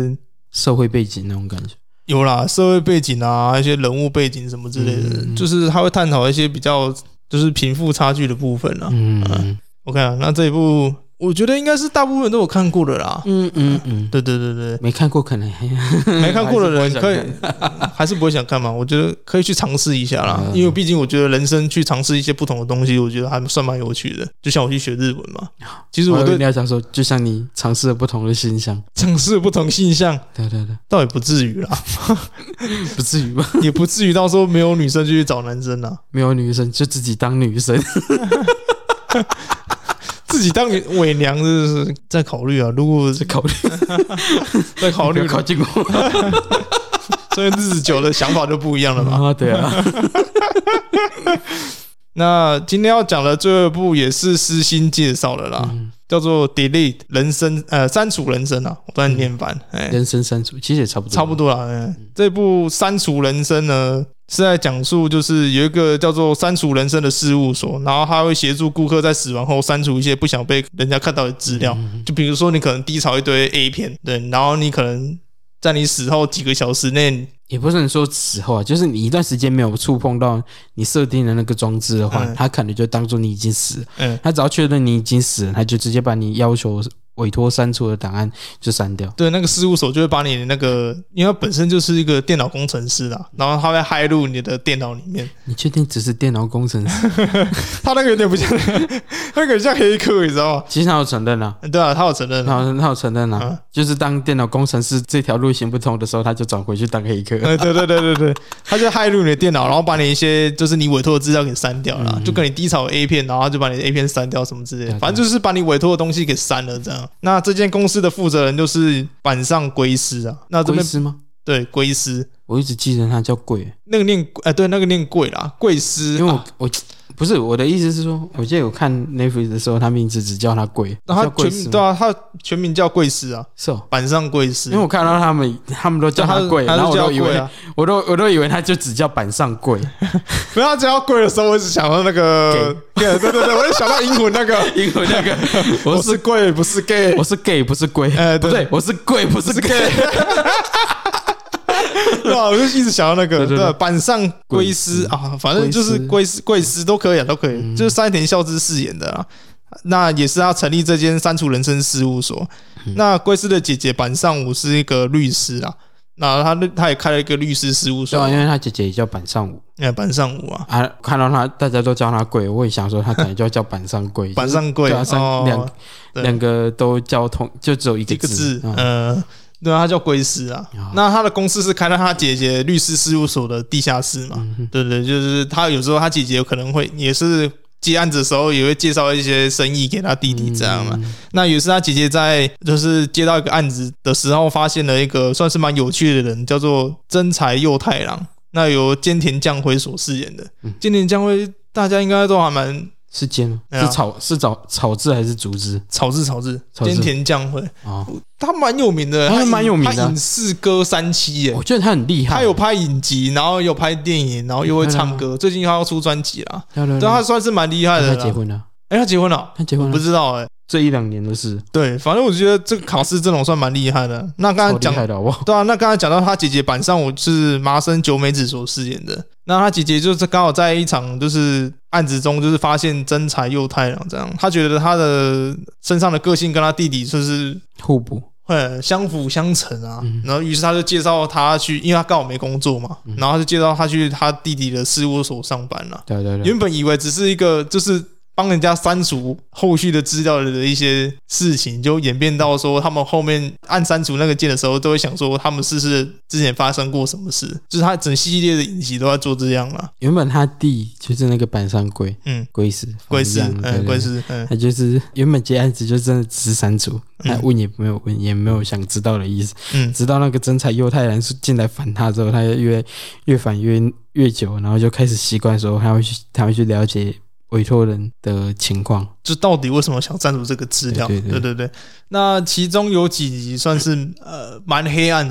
社会背景那种感觉。 有啦，社会背景啊，一些人物背景什么之类的，嗯、就是他会探讨一些比较就是贫富差距的部分啦。嗯，嗯 OK 啊，那这一部我觉得应该是大部分人都有看过的啦。嗯嗯嗯，对对对对， 没看过可能没看过的人可以还是不会想看嘛？我觉得可以去尝试一下啦，嗯、因为毕竟我觉得人生去尝试一些不同的东西，我觉得还算蛮有趣的。就像我去学日文嘛，其实我对你要讲说，就像你尝试了不同的现象， 尝试了不同现象， 对对对， 倒也不至于啦， 不至于吧？ 也不至于到时候没有女生就去找男生啦， 没有女生就自己当女生。 自己当伪娘就是在考虑啊，如果在考虑， 在考虑靠近我， 所以日子久了想法就不一样了嘛。 啊，对啊。 那今天要讲的最后一部也是私心介绍的啦，嗯、叫做 Delete 人生，呃，删除人生啊，我在念版， 嗯欸、人生删除其实也差不多， 差不多啦。欸、这部删除人生呢，是在讲述就是有一个叫做删除人生的事务所，然后他会协助顾客在死亡后删除一些不想被人家看到的资料，嗯、就比如说你可能低潮一堆 A 片，对，然后你可能在你死后几个小时内。 也不是能说死后啊，就是你一段时间没有触碰到你设定的那个装置的话，嗯、他可能就当作你已经死了。嗯，他只要确认你已经死了，他就直接把你要求委托删除的档案就删掉。对， 那个事务所就会把你的那个，因为他本身就是一个电脑工程师啦，然后他会駭入你的电脑里面。 你确定只是电脑工程师？ 他那个有点不像，那个像黑客，你知道吗？ 其实他有承认啊， 对啊，他有承认、啊， 他有承认啊，嗯、就是当电脑工程师这条路行不通的时候，他就转回去当黑客。 对对对对对，他就駭入你的电脑，然后把你一些就是你委托的资料给删掉了，嗯、就跟你低潮 A 片，然后他就把你的 A 片删掉什么之类的，反正就是把你委托的东西给删了这样。那这间公司的负责人就是板上龟司啊，那这边龟司吗？ 对，龟司， 我一直记得他叫贵， 那个念哎、呃，对，那个念贵啦，贵司。 因为我、啊、我不是我的意思是说，我记得我看 Netflix 的时候，他名字只叫他贵， 他全对啊，他全名叫贵司啊， 是哦， 板上贵司。 因为我看到他们他们都叫他贵，然后我都以为、啊、我都我都以为他就只叫板上贵。 没有他叫贵的时候，我只想到那个，对对对，我就想到银魂那个银魂那个， 我是贵不是 gay， 我是 gay 不是贵，哎、呃、不对，我是贵不是 gay。 对啊，我就一直想到那个，对, 对, 对，板上龟司啊，反正就是龟司、贵司都可以啊，都可以，嗯、就是山田孝之饰演的啊。那也是他成立这间删除人生事务所。嗯、那龟司的姐姐板上武是一个律师啊，那他他也开了一个律师事务所， 对啊，因为他姐姐也叫板上武， 哎，板上武啊， 啊，看到他大家都叫他贵，我也想说他可能就要叫板上贵， 板上贵， 对啊，两两个都叫同，就只有一个字，一个字， 嗯。呃对啊，他叫龟司啊。哦、那他的公司是开在他姐姐律师事务所的地下室嘛？嗯、对对，就是他有时候他姐姐有可能会也是接案子的时候，也会介绍一些生意给他弟弟这样嘛。嗯、那也是他姐姐在就是接到一个案子的时候，发现了一个算是蛮有趣的人，叫做真才佑太郎。那由菅田将晖所饰演的。嗯、菅田将晖大家应该都还蛮。 是菅吗？是草是草草字还是竹字？ 草字草字，菅田将晖哦，他蛮有名的， 他蛮有名的， 他影视歌三栖耶， 我觉得他很厉害， 他有拍影集，然后有拍电影，然后又会唱歌，最近他要出专辑啦，对，他算是蛮厉害的。 他结婚了， 哎，他结婚了， 他结婚了， 不知道哎。 这一两年的事， 对，反正我觉得这个考试阵容算蛮厉害的。那刚才讲，对啊，那刚才讲到他姐姐板上武是麻生久美子所饰演的。那他姐姐就是刚好在一场就是案子中，就是发现真才佑太郎这样，他觉得他的身上的个性跟他弟弟就是互补， 会相辅相成啊。嗯、然后于是他就介绍他去，因为他刚好没工作嘛，嗯、然后他就介绍他去他弟弟的事务所上班了。 对对对， 原本以为只是一个就是帮人家删除后续的资料的一些事情，就演变到说他们后面按删除那个键的时候，都会想说他们是不是之前发生过什么事，就是他整系列的影集都在做这样啦。 原本他弟就是那个板上龟，嗯，龟司， 龟司，嗯，龟司，嗯， 他就是原本接案子就真的只是删除，他问也没有问，也没有想知道的意思，嗯，直到那个真才佑太郎进来烦他之后，他越越烦越越久，然后就开始习惯说他会去他会去了解委托人的情况， 就到底为什么想删除这个资料？对对 对, 对对对。那其中有几集算是呃蛮黑暗的啦，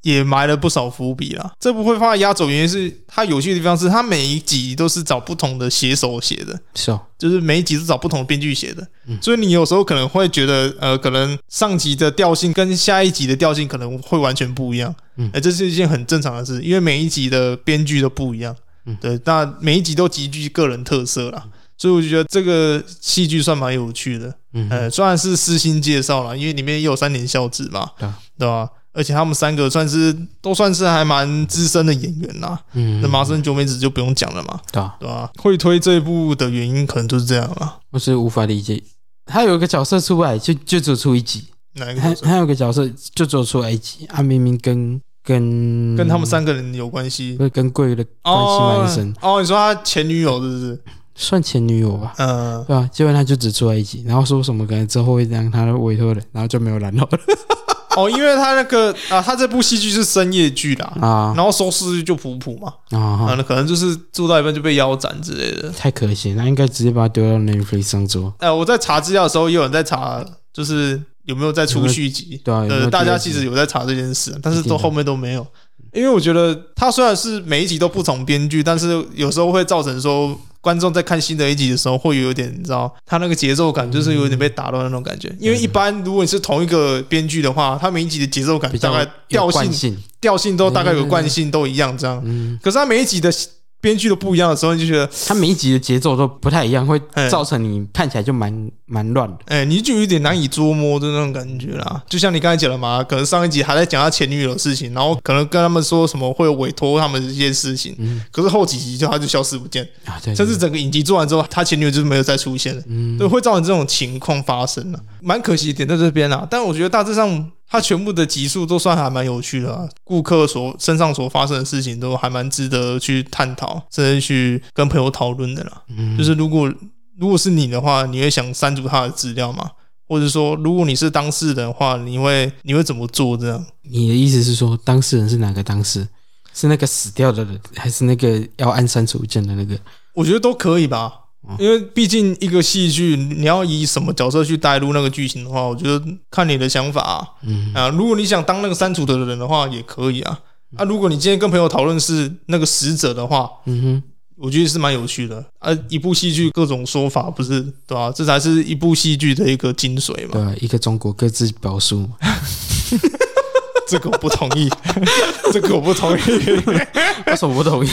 也埋了不少伏笔啦。这部会放在压轴，原因是它有趣的地方是，它每一集都是找不同的写手写的， 是哦， 就是每一集是找不同的编剧写的、 嗯， 所以你有时候可能会觉得，呃，可能上集的调性跟下一集的调性可能会完全不一样，嗯，呃、这是一件很正常的事，因为每一集的编剧都不一样，嗯，对，那每一集都极具个人特色啦。所以我就觉得这个戏剧算蛮有趣的，嗯，呃，虽然是私心介绍啦，因为里面也有三田孝子嘛，对吧？对吧？而且他们三个算是都算是还蛮资深的演员啦，嗯，那麻生久美子就不用讲了嘛，对吧？对吧？会推这一部的原因可能就是这样啦。 我是无法理解，他有一个角色出来就就只出一集， 哪一个角色？ 他有个角色就只出来一集，啊，明明跟跟跟他们三个人有关系， 不是跟贵的关系蛮深。 哦，你说他前女友是不是？ 算前女友吧， 嗯， 对吧？结果他就只出来一集，然后说什么可能之后会让他的委托人，然后就没有然后了。 哦，因为他那个啊，他这部戏剧是深夜剧啦，啊，然后收视率就普普嘛，啊，那可能就是做到一半就被腰斩之类的， 太可惜，那应该直接把它丢到 Netflix 上做。 呃，我在查资料的时候，也有人在查，就是有没有在出续集， 对啊， 呃，大家其实有在查这件事，但是都后面都没有。因为我觉得它虽然是每一集都不同编剧，但是有时候会造成说观众在看新的一集的时候会有点，你知道，它那个节奏感就是有点被打乱那种感觉。因为一般如果你是同一个编剧的话，它每一集的节奏感大概调性调性都大概有惯性都一样这样。可是它每一集的编剧都不一样的时候，你就觉得它每一集的节奏都不太一样，会造成你看起来就蛮蛮乱的。 哎、欸，你就有点难以捉摸的那种感觉啦。就像你刚才讲的嘛，可能上一集还在讲他前女友的事情，然后可能跟他们说什么会有委托他们这些事情，嗯、可是后几集就他就消失不见，啊、对对对，甚至整个影集做完之后，他前女友就没有再出现了，嗯，对，会造成这种情况发生了，蛮可惜一点在这边啦。但我觉得大致上。它全部的集数都算还蛮有趣的、啊，顾客所身上所发生的事情都还蛮值得去探讨，甚至去跟朋友讨论的啦。嗯，就是如果如果是你的话，你会想删除他的资料吗？或者说，如果你是当事人的话，你会你会怎么做？这样？ 你的意思是说，当事人是哪个当事？是那个死掉的人，还是那个要按删除键的那个？ 我觉得都可以吧。因为毕竟一个戏剧，你要以什么角色去带入那个剧情的话，我觉得看你的想法啊。嗯啊，如果你想当那个删除的人的话，也可以啊。啊，如果你今天跟朋友讨论是那个死者的话，嗯哼，我觉得是蛮有趣的。啊，一部戏剧各种说法，不是对吧、啊？这才是一部戏剧的一个精髓嘛。 对、啊，一个中国各自表述。 这个我不同意，这个我不同意。 为什么不同意？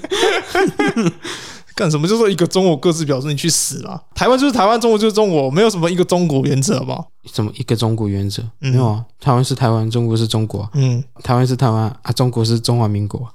干什么叫做一个中国各自表示？你去死啦！台湾就是台湾，中国就是中国，没有什么一个中国原则，好不好？ 什么一个中国原则？嗯、没有啊，台湾是台湾，中国是中国、啊。嗯，台湾是台湾啊，中国是中华民国、啊。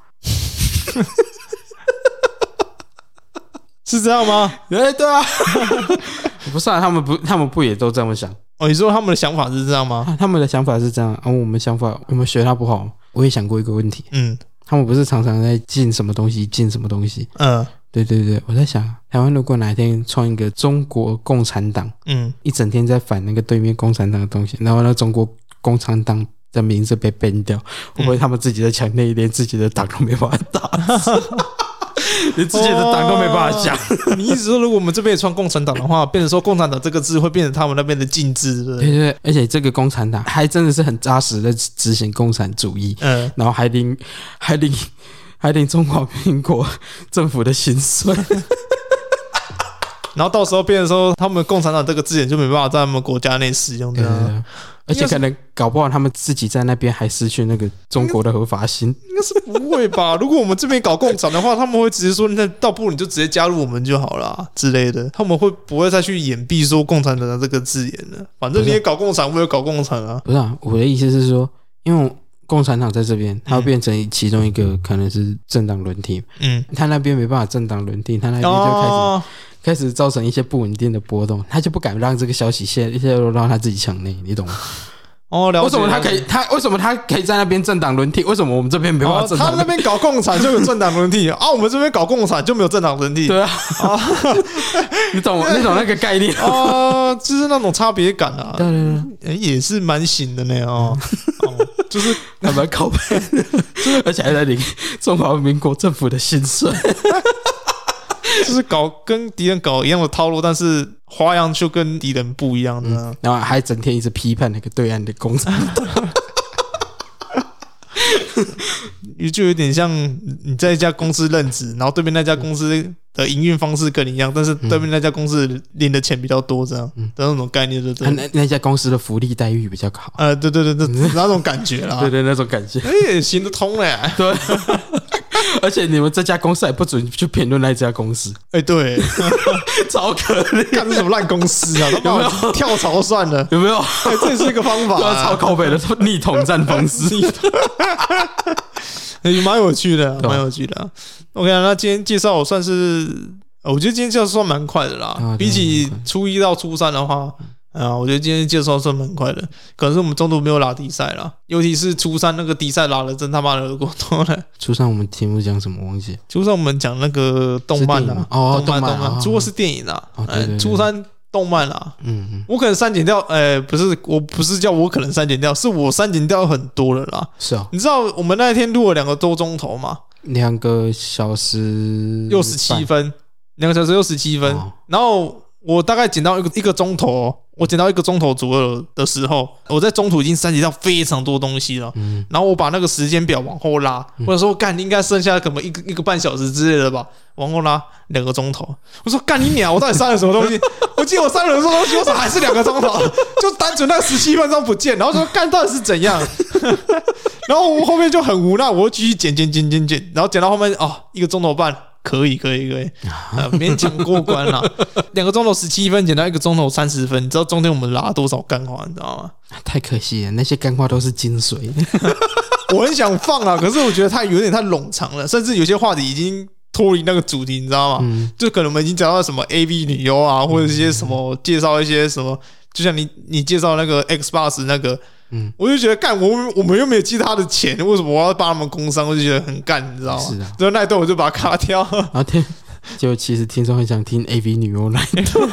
是这样吗？ 哎，对啊，不是啊，他们不，他们不也都这么想？ 哦，你说他们的想法是这样吗？ 他们的想法是这样，啊，我们想法，我们学他不好。我也想过一个问题，嗯，他们不是常常在禁什么东西，禁什么东西？嗯。对对对，我在想，台湾如果哪一天创一个中国共产党，嗯，一整天在反那个对面共产党的东西，然后那中国共产党的名字被 ban 掉，会不会他们自己的墙内连自己的党都没办法打死？连自己的党都没办法讲、 哦。你意思说，如果我们这边也创共产党的话，变成说共产党这个字会变成他们那边的禁字，对不对？对对，而且这个共产党还真的是很扎实的执行共产主义，嗯，然后还领还领。还领中华民国政府的薪水， 然后到时候变成说，他们共产党这个字眼就没办法在他们国家内使用的、啊， 而且可能搞不好他们自己在那边还失去那个中国的合法性， 应该是不会吧？如果我们这边搞共产的话，他们会直接说，那倒不如你就直接加入我们就好了之类的，他们会不会再去掩蔽说共产党的这个字眼呢？反正你也搞共产，我也搞共产啊。 不是啊，我的意思是说，因为共产党在这边，它会变成其中一个可能是政党轮替。嗯，他那边没办法政党轮替，他那边就开始、哦、开始造成一些不稳定的波动，他就不敢让这个消息泄泄露到他自己墙内，你懂吗？ 哦，了解。 为什么他可以？他为什么他可以在那边政党轮替？为什么我们这边没办法政党轮替？ 哦、他那边搞共产就有政党轮替啊，我们这边搞共产就没有政党轮替。 对啊，啊你懂你懂那个概念啊？就是那种差别感啊。 对对对，也是蛮行的呢哦。哦就是还蛮靠背，而且还在领中华民国政府的薪水， 就是搞跟敌人搞一样的套路，但是花样就跟敌人不一样的、啊嗯，然后还整天一直批判那个对岸的共产党。 就有点像你在一家公司任职，然后对面那家公司的营运方式跟你一样，但是对面那家公司领的钱比较多，这样的那种概念，对不对？ 那那家公司的福利待遇比较好， 呃，对对对对，那种感觉啦， 对对，那种感觉， 哎，行得通嘞， 对。而且你们这家公司还不准去评论那家公司， 哎、欸，对， 超可怜， 干是什么烂公司啊？有没有跳槽算了？ 有没有？ 欸、这也是一个方法、啊， 超靠北的逆统战方式， 也蛮有趣的、啊，蛮有趣的、啊。OK， 那今天介绍我算是，我觉得今天介绍算蛮快的啦，啊、比起初一到初三的话。啊，我觉得今天介绍算蛮快的，可能是我们中途没有拉比赛啦，尤其是初三那个比赛拉的真他妈的有够多了。 初三我们题目讲什么忘记？ 初三我们讲那个动漫啦， 哦， 动漫动漫，如果是电影啦， 哦、对对对初三动漫啦， 嗯嗯， 我可能删减掉，呃，不是，我不是叫我可能删减掉，是我删减掉很多了啦。 是啊， 你知道我们那一天录了两个多钟头吗？ 两个小时六十七分，两个小时六十七分，哦、然后。我大概剪到一个一个钟头、哦，我剪到一个钟头左右的时候，我在中途已经删减掉非常多东西了。嗯，然后我把那个时间表往后拉，嗯、或者说干应该剩下可能一个一个半小时之类的吧，往后拉两个钟头。我说干你娘！我到底删了什么东西？我记得我删了什么东西，我说还是两个钟头，就单纯那十七分钟不见，然后说干到底是怎样？然后我后面就很无奈，我又继续剪剪剪剪剪，然后剪到后面哦一个钟头半。可以可以可以，呃，勉强过关啦。两个钟头十七分，剪到一个钟头三十分，你知道中间我们拉了多少干话，你知道吗？ 太可惜了，那些干话都是精髓。 我很想放啊，可是我觉得它有点太冗长了，甚至有些话题已经脱离那个主题，你知道吗？嗯、就可能我们已经讲到什么 A V 女优啊，或者一些什么介绍一些什么，就像你你介绍那个 Xbox 那个。嗯，我就觉得干，我们我们又没有寄他的钱，为什么我要帮他们工商？我就觉得很干，你知道吗？是啊，所以那一段我就把它卡掉。 然后听，就其实听众很想听 A V 女优那一段，A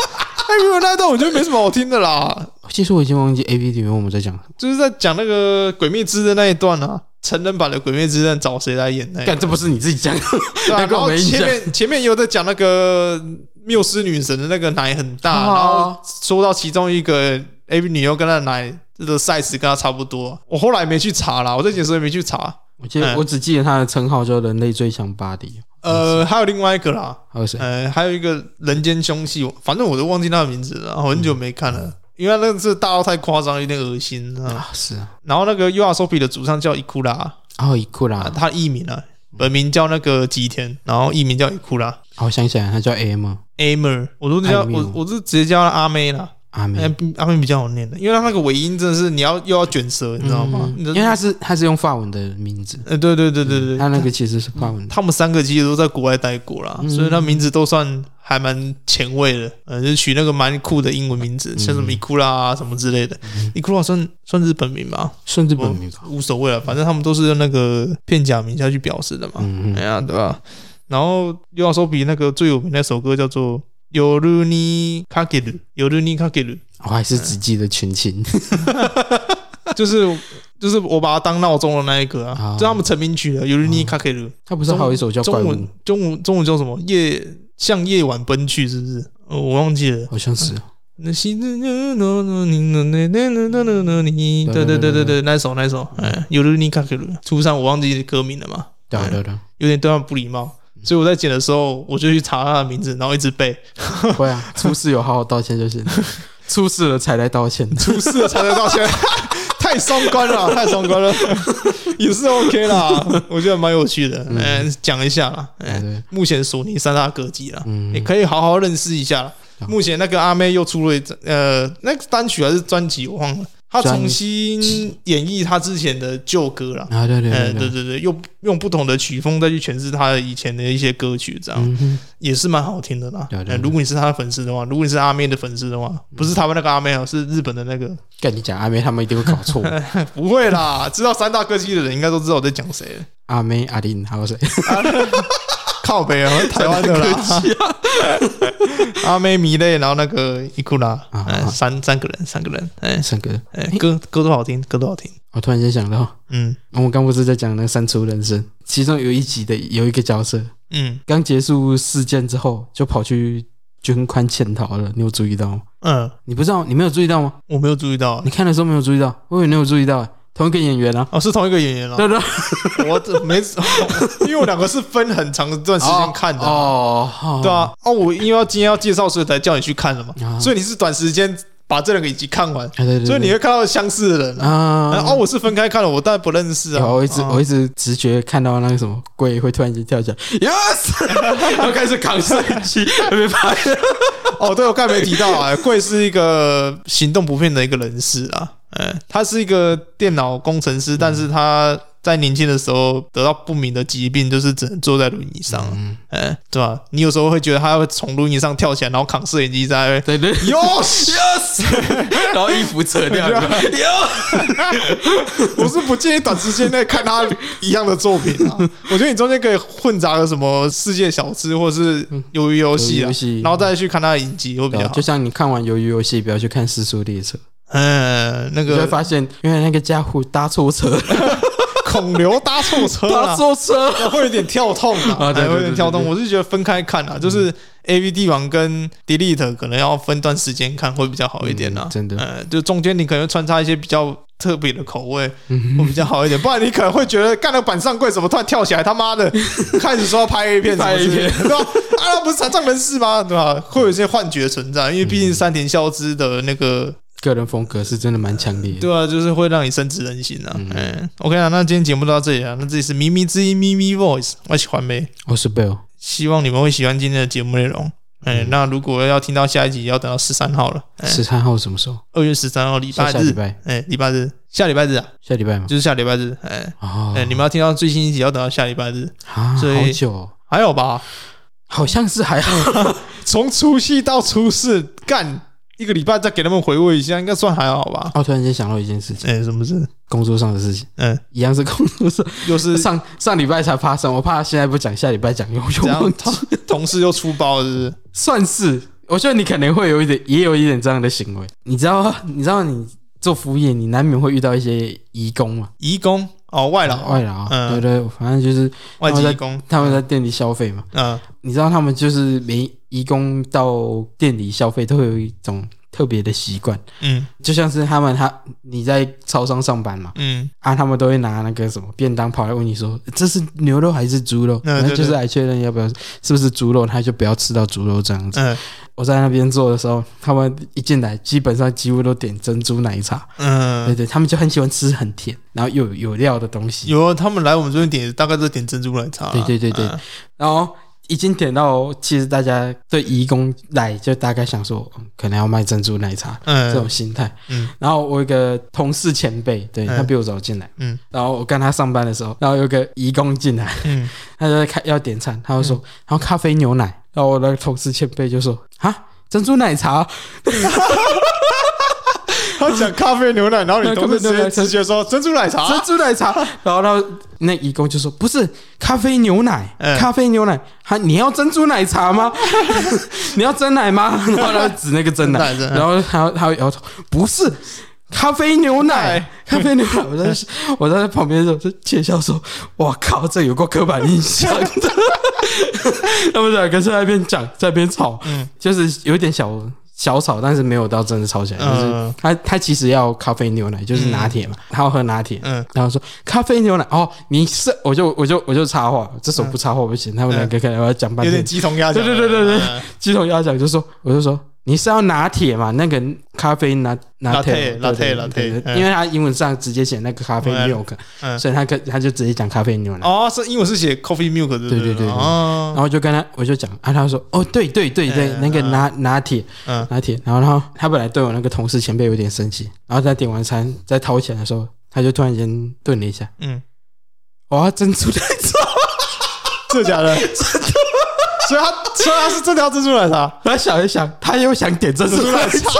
V 那一段我觉得没什么好听的啦。 其实我已经忘记 A V 女优我们在讲， 就是在讲那个《鬼灭之刃》那一段啊，成人版的《鬼灭之刃》找谁来演？ 干，这不是你自己讲的， 对啊。然后前面前面有在讲那个缪斯女神的那个奶很大，然后说到其中一个 A V 女优跟她的奶。这个 size 跟他差不多，我后来没去查啦，我在解说也没去查。 我记得、嗯、我只记得他的称号叫人类最强巴迪。 呃，还有另外一个啦， 还有谁？ 呃，还有一个人间凶器，反正我都忘记他的名字了，我很久没看了，嗯、因为那个是大到太夸张，有点恶心啊。 是啊。 然后那个 U R S O P 的主唱叫伊库拉， 哦，伊库拉， 他艺名啊，本名叫那个吉田，然后艺名叫伊库拉。 哦，想起来，他叫 Amer，Amer， 我都叫我我是直接叫他阿妹啦。 阿妹， 阿妹比较好念的，因为他那个尾音真的是你要又要卷舌，你知道吗？ 嗯、因为他是他是用法文的名字， 呃，对对对对对， 他那个其实是法文的。 他们三个其实都在国外待过啦，嗯、所以他名字都算还蛮前卫的，呃，就是取那个蛮酷的英文名字，嗯、像什么伊库拉啊什么之类的。嗯、伊库拉算算日本名吧， 算日本名吧， 无所谓了，反正他们都是用那个片假名下去表示的嘛，嗯、哎呀，对吧？然后又要说比那个最有名那首歌叫做。夜にかける，夜にかける， 我还是只记得群情， 就是就是我把它当闹钟的那一个啊，哦、就他们成名曲的夜にかける。 他不是还有一首叫怪物？ 中文中文中文叫什么？夜向夜晚奔去，是不是？哦、我忘记了， 好像是。 那是对对对对对，那首那首，哎，夜にかける。初三我忘记歌名了嘛？ 对对对， 有点对他们不礼貌。所以我在剪的时候，我就去查他的名字，然后一直背。 会啊，出事有好好道歉就行，出事了才来道歉， 出事了才来道歉，太双关了，太双关了，也是 OK 啦，我觉得蛮有趣的，嗯，讲一下啦，嗯，目前索尼三大歌姬啦，嗯，你可以好好认识一下啦。目前那个阿妹又出了一呃，那个单曲还是专辑我忘了。他重新演绎他之前的旧歌啦， 啊对对对 对,、 嗯、对对对，用用不同的曲风再去诠释他以前的一些歌曲，这样、嗯、也是蛮好听的啦。对对对嗯、如果你是他的粉丝的话，如果你是阿妹的粉丝的话，不是台湾那个阿妹啊，是日本的那个。 跟你讲阿妹，他们一定会搞错。 不会啦，知道三大歌姬的人应该都知道我在讲谁。 阿妹、阿玲还有谁？ 靠北啊，台湾的啦。阿妹、迷泪，然后那个伊库拉，啊嗯、三三个人，三个人，哎， 三个人， 哎，歌歌都好听，歌都好听。 我突然间想到，嗯，我们刚不是在讲那个删除人生，其中有一集的有一个角色，嗯，刚结束事件之后就跑去捐款潜逃了，你有注意到吗？嗯，你不知道，你没有注意到吗？ 我没有注意到， 你看的时候没有注意到，我以为你有注意到、欸。 同一个演员啊， 哦，是同一个演员啊。 对对， 我没，因为我两个是分很长一段时间看的哦，哦对啊，哦，我因为要今天要介绍，所以才叫你去看的嘛，哦、所以你是短时间把这两个影集看完，对对对对，所以你会看到相似的人啊。哦，我是分开看的，我当然不认识啊。 我一直、哦、我一直直觉看到那个什么龟会突然间跳起来 ，yes， 然后开始扛摄影机，被发现。 哦，对，我刚才没提到啊，贵是一个行动不便的一个人士啊，嗯，他是一个电脑工程师，但是他在年轻的时候得到不明的疾病，就是只能坐在轮椅上，嗯，嗯对吧？你有时候会觉得他会从轮椅上跳起来，然后扛摄影机在， 对对 ，yes yes， 然后衣服扯掉，有， 我是不建议短时间内看他一样的作品啊。我觉得你中间可以混杂个什么世界小吃或是鱿鱼游戏啊，然后再去看他的影集会比较好。 就像你看完鱿鱼游戏，不要去看《时速列车》。 嗯，那个你会发现，原来那个家伙搭错车。 孔刘搭错车了， 搭错车会有点跳痛啊，对，会有点跳痛。我是觉得分开看啊，就是 A V 帝王跟 Delete 可能要分段时间看会比较好一点啊， 嗯、真的， 呃，就中间你可能穿插一些比较特别的口味，会比较好一点。不然你可能会觉得干了板上柜怎么突然跳起来，他妈的开始说要拍 A 片， 拍 A 片， 对吧？啊，他不是残障人士吗？对吧？会有一些幻觉存在，因为毕竟山田孝之的那个。 个人风格是真的蛮强烈的， 对啊，就是会让你深植人心啊。嗯, 嗯 ，OK 啊，那今天节目到这里啊，那这里是咪咪之音咪咪 Voice， 我喜欢呗， 我是 Bill， 希望你们会喜欢今天的节目内容。嗯，那如果要听到下一集，要等到十三号了。 十三号什么时候？ 二月十三号，礼拜日。下礼拜，哎，礼拜日，下礼拜日啊， 下礼拜吗？ 就是下礼拜日。哎，哦，哎，你们要听到最新一集，要等到下礼拜日啊，好久、哦， 还有吧？ 好像是还好， 从除夕到初四干。一个礼拜再给他们回味一下，应该算还好吧。 哦，突然间想到一件事情， 哎、欸，什么事？ 工作上的事情， 嗯， 一样是工作上， 又是上上礼拜才发生，我怕现在不讲，下礼拜讲又又忘记， 同事又出包了是不是？ 算是，我觉得你可能会有一点，也有一点这样的行为。你知道，你知道你做服务业，你难免会遇到一些移工嘛？ 移工哦，外劳， 外劳，嗯，对对，反正就是外籍移工， 他们在店里消费嘛，嗯，你知道他们就是每移工到店里消费都会有一种特别的习惯，嗯，就像是他们他你在超商上班嘛，嗯，啊，他们都会拿那个什么便当跑来问你说这是牛肉还是猪肉，然后就是来确认要不要是不是猪肉，他就不要吃到猪肉这样子。嗯，我在那边做的时候，他们一进来基本上几乎都点珍珠奶茶，嗯，对对，他们就很喜欢吃很甜，然后又有有料的东西。 有，他们来我们这边点大概都点珍珠奶茶， 对对对对，嗯、然后。已经点到，其实大家对移工来就大概想说，嗯、可能要卖珍珠奶茶，嗯、这种心态。嗯，然后我有一个同事前辈，对、嗯、他比我早进来，嗯，然后我跟他上班的时候，然后有个移工进来，嗯，他就在开要点餐，他就说，嗯、然后咖啡牛奶，然后我的同事前辈就说，啊，珍珠奶茶。 他讲咖啡牛奶，然后你同事直接直接说珍珠奶茶， 珍珠奶茶，然后他那移工就说不是咖啡牛奶，嗯、咖啡牛奶，他你要珍珠奶茶吗？你要真奶吗？然后他指那个真奶，然后他他摇头，不是咖啡牛奶，咖啡牛奶。我在我在旁边的时候就窃笑说，哇靠，这有够刻板印象的。他们两个在那边讲，在那边吵，嗯、就是有点小。小吵，但是没有到真的吵起来。嗯、就是他，他其实要咖啡牛奶，就是拿铁嘛，嗯、他要喝拿铁。嗯，然后说咖啡牛奶哦，你是我就我就我就插话，这时候不插话不行。嗯、他们两个可能要讲半天， 有点鸡同鸭讲。 对对对对对，嗯、鸡同鸭讲就说，我就说你是要拿铁嘛？那个咖啡拿拿铁拿铁拿铁， 因为他英文上直接写那个咖啡 milk，嗯、所以他他就直接讲咖啡牛奶。 哦，是英文是写 coffee milk 对对对对。哦，然后就跟他我就讲啊，他说哦对对对对，那个拿拿铁拿铁，然后然后他本来对我那个同事前辈有点生气，然后在点完餐在掏钱的时候，他就突然间顿了一下，嗯，我要珍珠奶茶， 真的假的？真的。所以他，所以他是真的要珍珠奶茶。 他想一想，他又想点珍珠奶茶。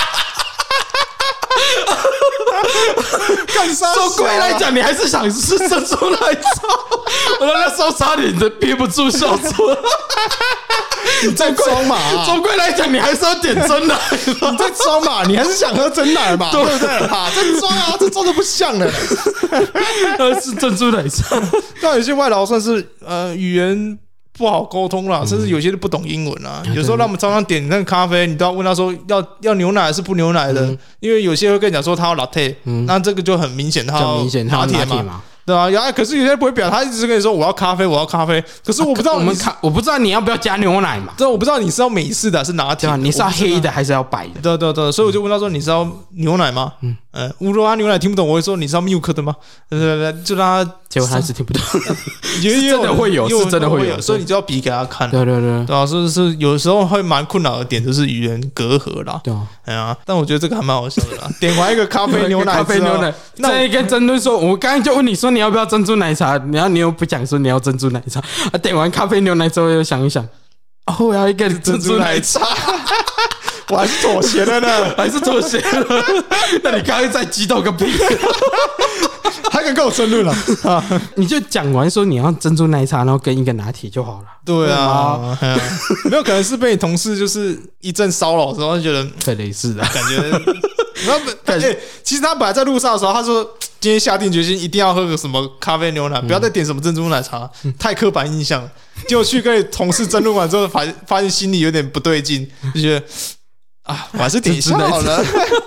干啥？ 说归来讲，你还是想吃珍珠奶茶。我那时候差点的憋不住笑出来。 你在装嘛？ 总归来讲，你还是要点真奶。 你在装嘛？你还是想喝真奶嘛？对不对？啊，这装啊，这装的不像了。 那是珍珠奶茶。 但有些外劳算是呃语言。 不好沟通啦，甚至有些人不懂英文啊。有时候让我们常常点那个咖啡，你都要问他说要要牛奶还是不牛奶的，因为有些会跟你讲说他要 latte， 那这个就很明显他要拿铁嘛。对啊，然后可是有些人不会表，他一直跟你说我要咖啡，我要咖啡。可是我不知道我们咖，我不知道你要不要加牛奶嘛？ 对，我不知道你是要美式的还是拿铁的， 你是要黑的还是要白的？ 对对对，所以我就问他说你是要牛奶吗？嗯嗯，乌罗阿牛奶听不懂，我会说你是要 milk 的吗？对对对，就让他， 结果他是听不懂， 是真的会有，是真的会有， 所以你就要比给他看。 对对对， 对啊，所以是有时候会蛮困扰的点就是语言隔阂啦。对啊，哎呀，但我觉得这个还蛮好笑的啦。点完一个咖啡牛奶， 咖啡牛奶，再跟珍珠说，我刚才就问你说你要不要珍珠奶茶，然后你又不讲说你要珍珠奶茶，啊，点完咖啡牛奶之后又想一想，哦，我要一个珍珠奶茶。 我还是妥协了呢， 还是妥协了。那你刚刚在激动个屁？ 还敢跟我争论了？ 你就讲完说你要珍珠奶茶，然后跟一个拿铁就好了。 对啊，没有可能是被你同事就是一阵骚扰之后，就觉得太类似的感觉。然后，欸，其实他本来在路上的时候，他说今天下定决心一定要喝个什么咖啡牛奶，不要再点什么珍珠奶茶，太刻板印象了。结果去跟你同事争论完之后，发发现心里有点不对劲，就觉得。啊，我还是点一下好了。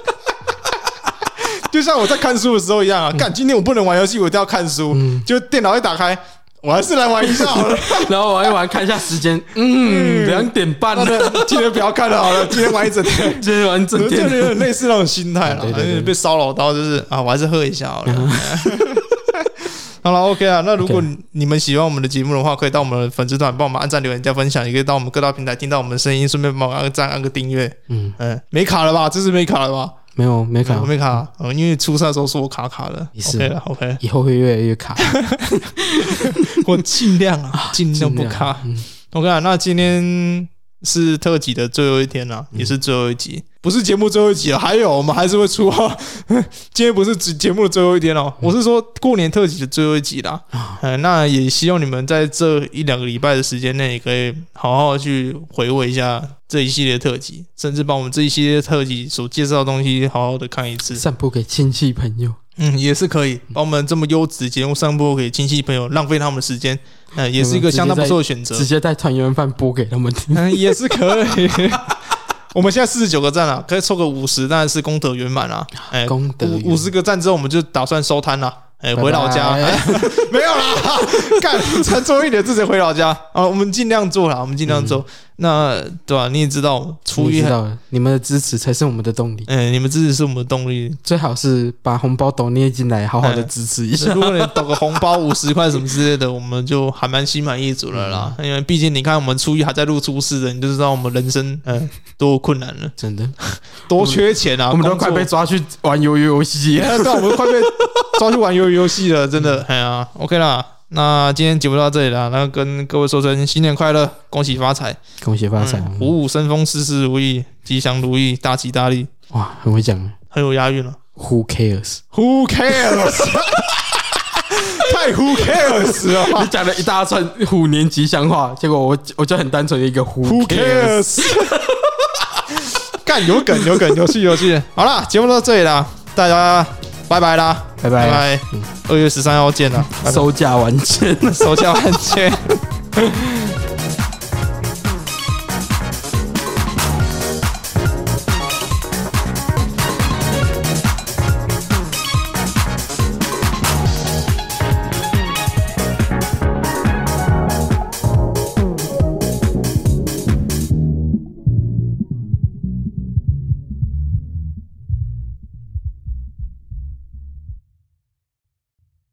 就像我在看书的时候一样啊，干，今天我不能玩游戏，我一定要看书。就电脑一打开，我还是来玩一下好了。 然后玩一玩，看一下时间，嗯，两点半了， 今天不要看了好了，今天玩一整天， 今天玩一整天， 就有点类似那种心态了。被骚扰到就是啊，我还是喝一下好了。好了 ，OK 啊。那如果你们喜欢我们的节目的话，可以到我们的粉丝团帮我们按赞、留言、加分享，也可以到我们各大平台听到我们的声音，顺便帮我按个赞、按个订阅。嗯嗯，没卡了吧？这是没卡了吧？ 没有，没卡， 没卡。嗯，因为出赛的时候说我卡卡的。OK 了 ，OK， 以后会越来越卡。 我尽量啊，尽量不卡。OK 啊，那今天是特辑的最后一天了，也是最后一集。不是节目最后一集了，还有我们还是会出哦。今天不是节目的最后一天哦，我是说过年特辑的最后一集啦。嗯，那也希望你们在这一两个礼拜的时间内，也可以好好去回味一下这一系列特辑，甚至把我们这一系列特辑所介绍的东西好好的看一次， 散播给亲戚朋友。 嗯，也是可以把我们这么优质的节目散播给亲戚朋友，浪费他们的时间，嗯，也是一个相当不错的选择。 直接带团圆饭播给他们听， 嗯，也是可以。我们现在四十九个赞了，可以凑个五十，当然是功德圆满啦。哎， 功德五十个赞之后，我们就打算收摊了。哎，回老家，哎，没有啦，干，才做一点自己回老家啊！我们尽量做啦，我们尽量做。那对吧？你也知道，出于你们的支持才是我们的动力。 嗯，你们支持是我们的动力， 最好是把红包抖捏进来，好好的支持一下。 如果你抖个红包五十块什么之类的，我们就还蛮心满意足了啦。因为毕竟你看，我们初一还在录初四的，你就知道我们人生嗯多困难了， 真的多缺钱啊！ 我们都快被抓去玩鱿鱼游戏， 对，我们快被抓去玩鱿鱼游戏了，真的。哎呀 ，OK 啦。那今天节目到这里了，那跟各位说声新年快乐，恭喜发财， 恭喜发财， 嗯、虎虎生风，事事如意，吉祥如意，大吉大利。 哇，很会讲， 很有押韵了。 Who cares? Who cares? 太 Who cares 了！ 你讲了一大串虎年吉祥话，结果我我就很单纯的一个 Who, Who cares？ 干有梗有梗有趣有趣。好啦，节目到这里了，大家拜拜啦， 拜拜拜拜。二月十三号见了， 收假完见， 收假完见。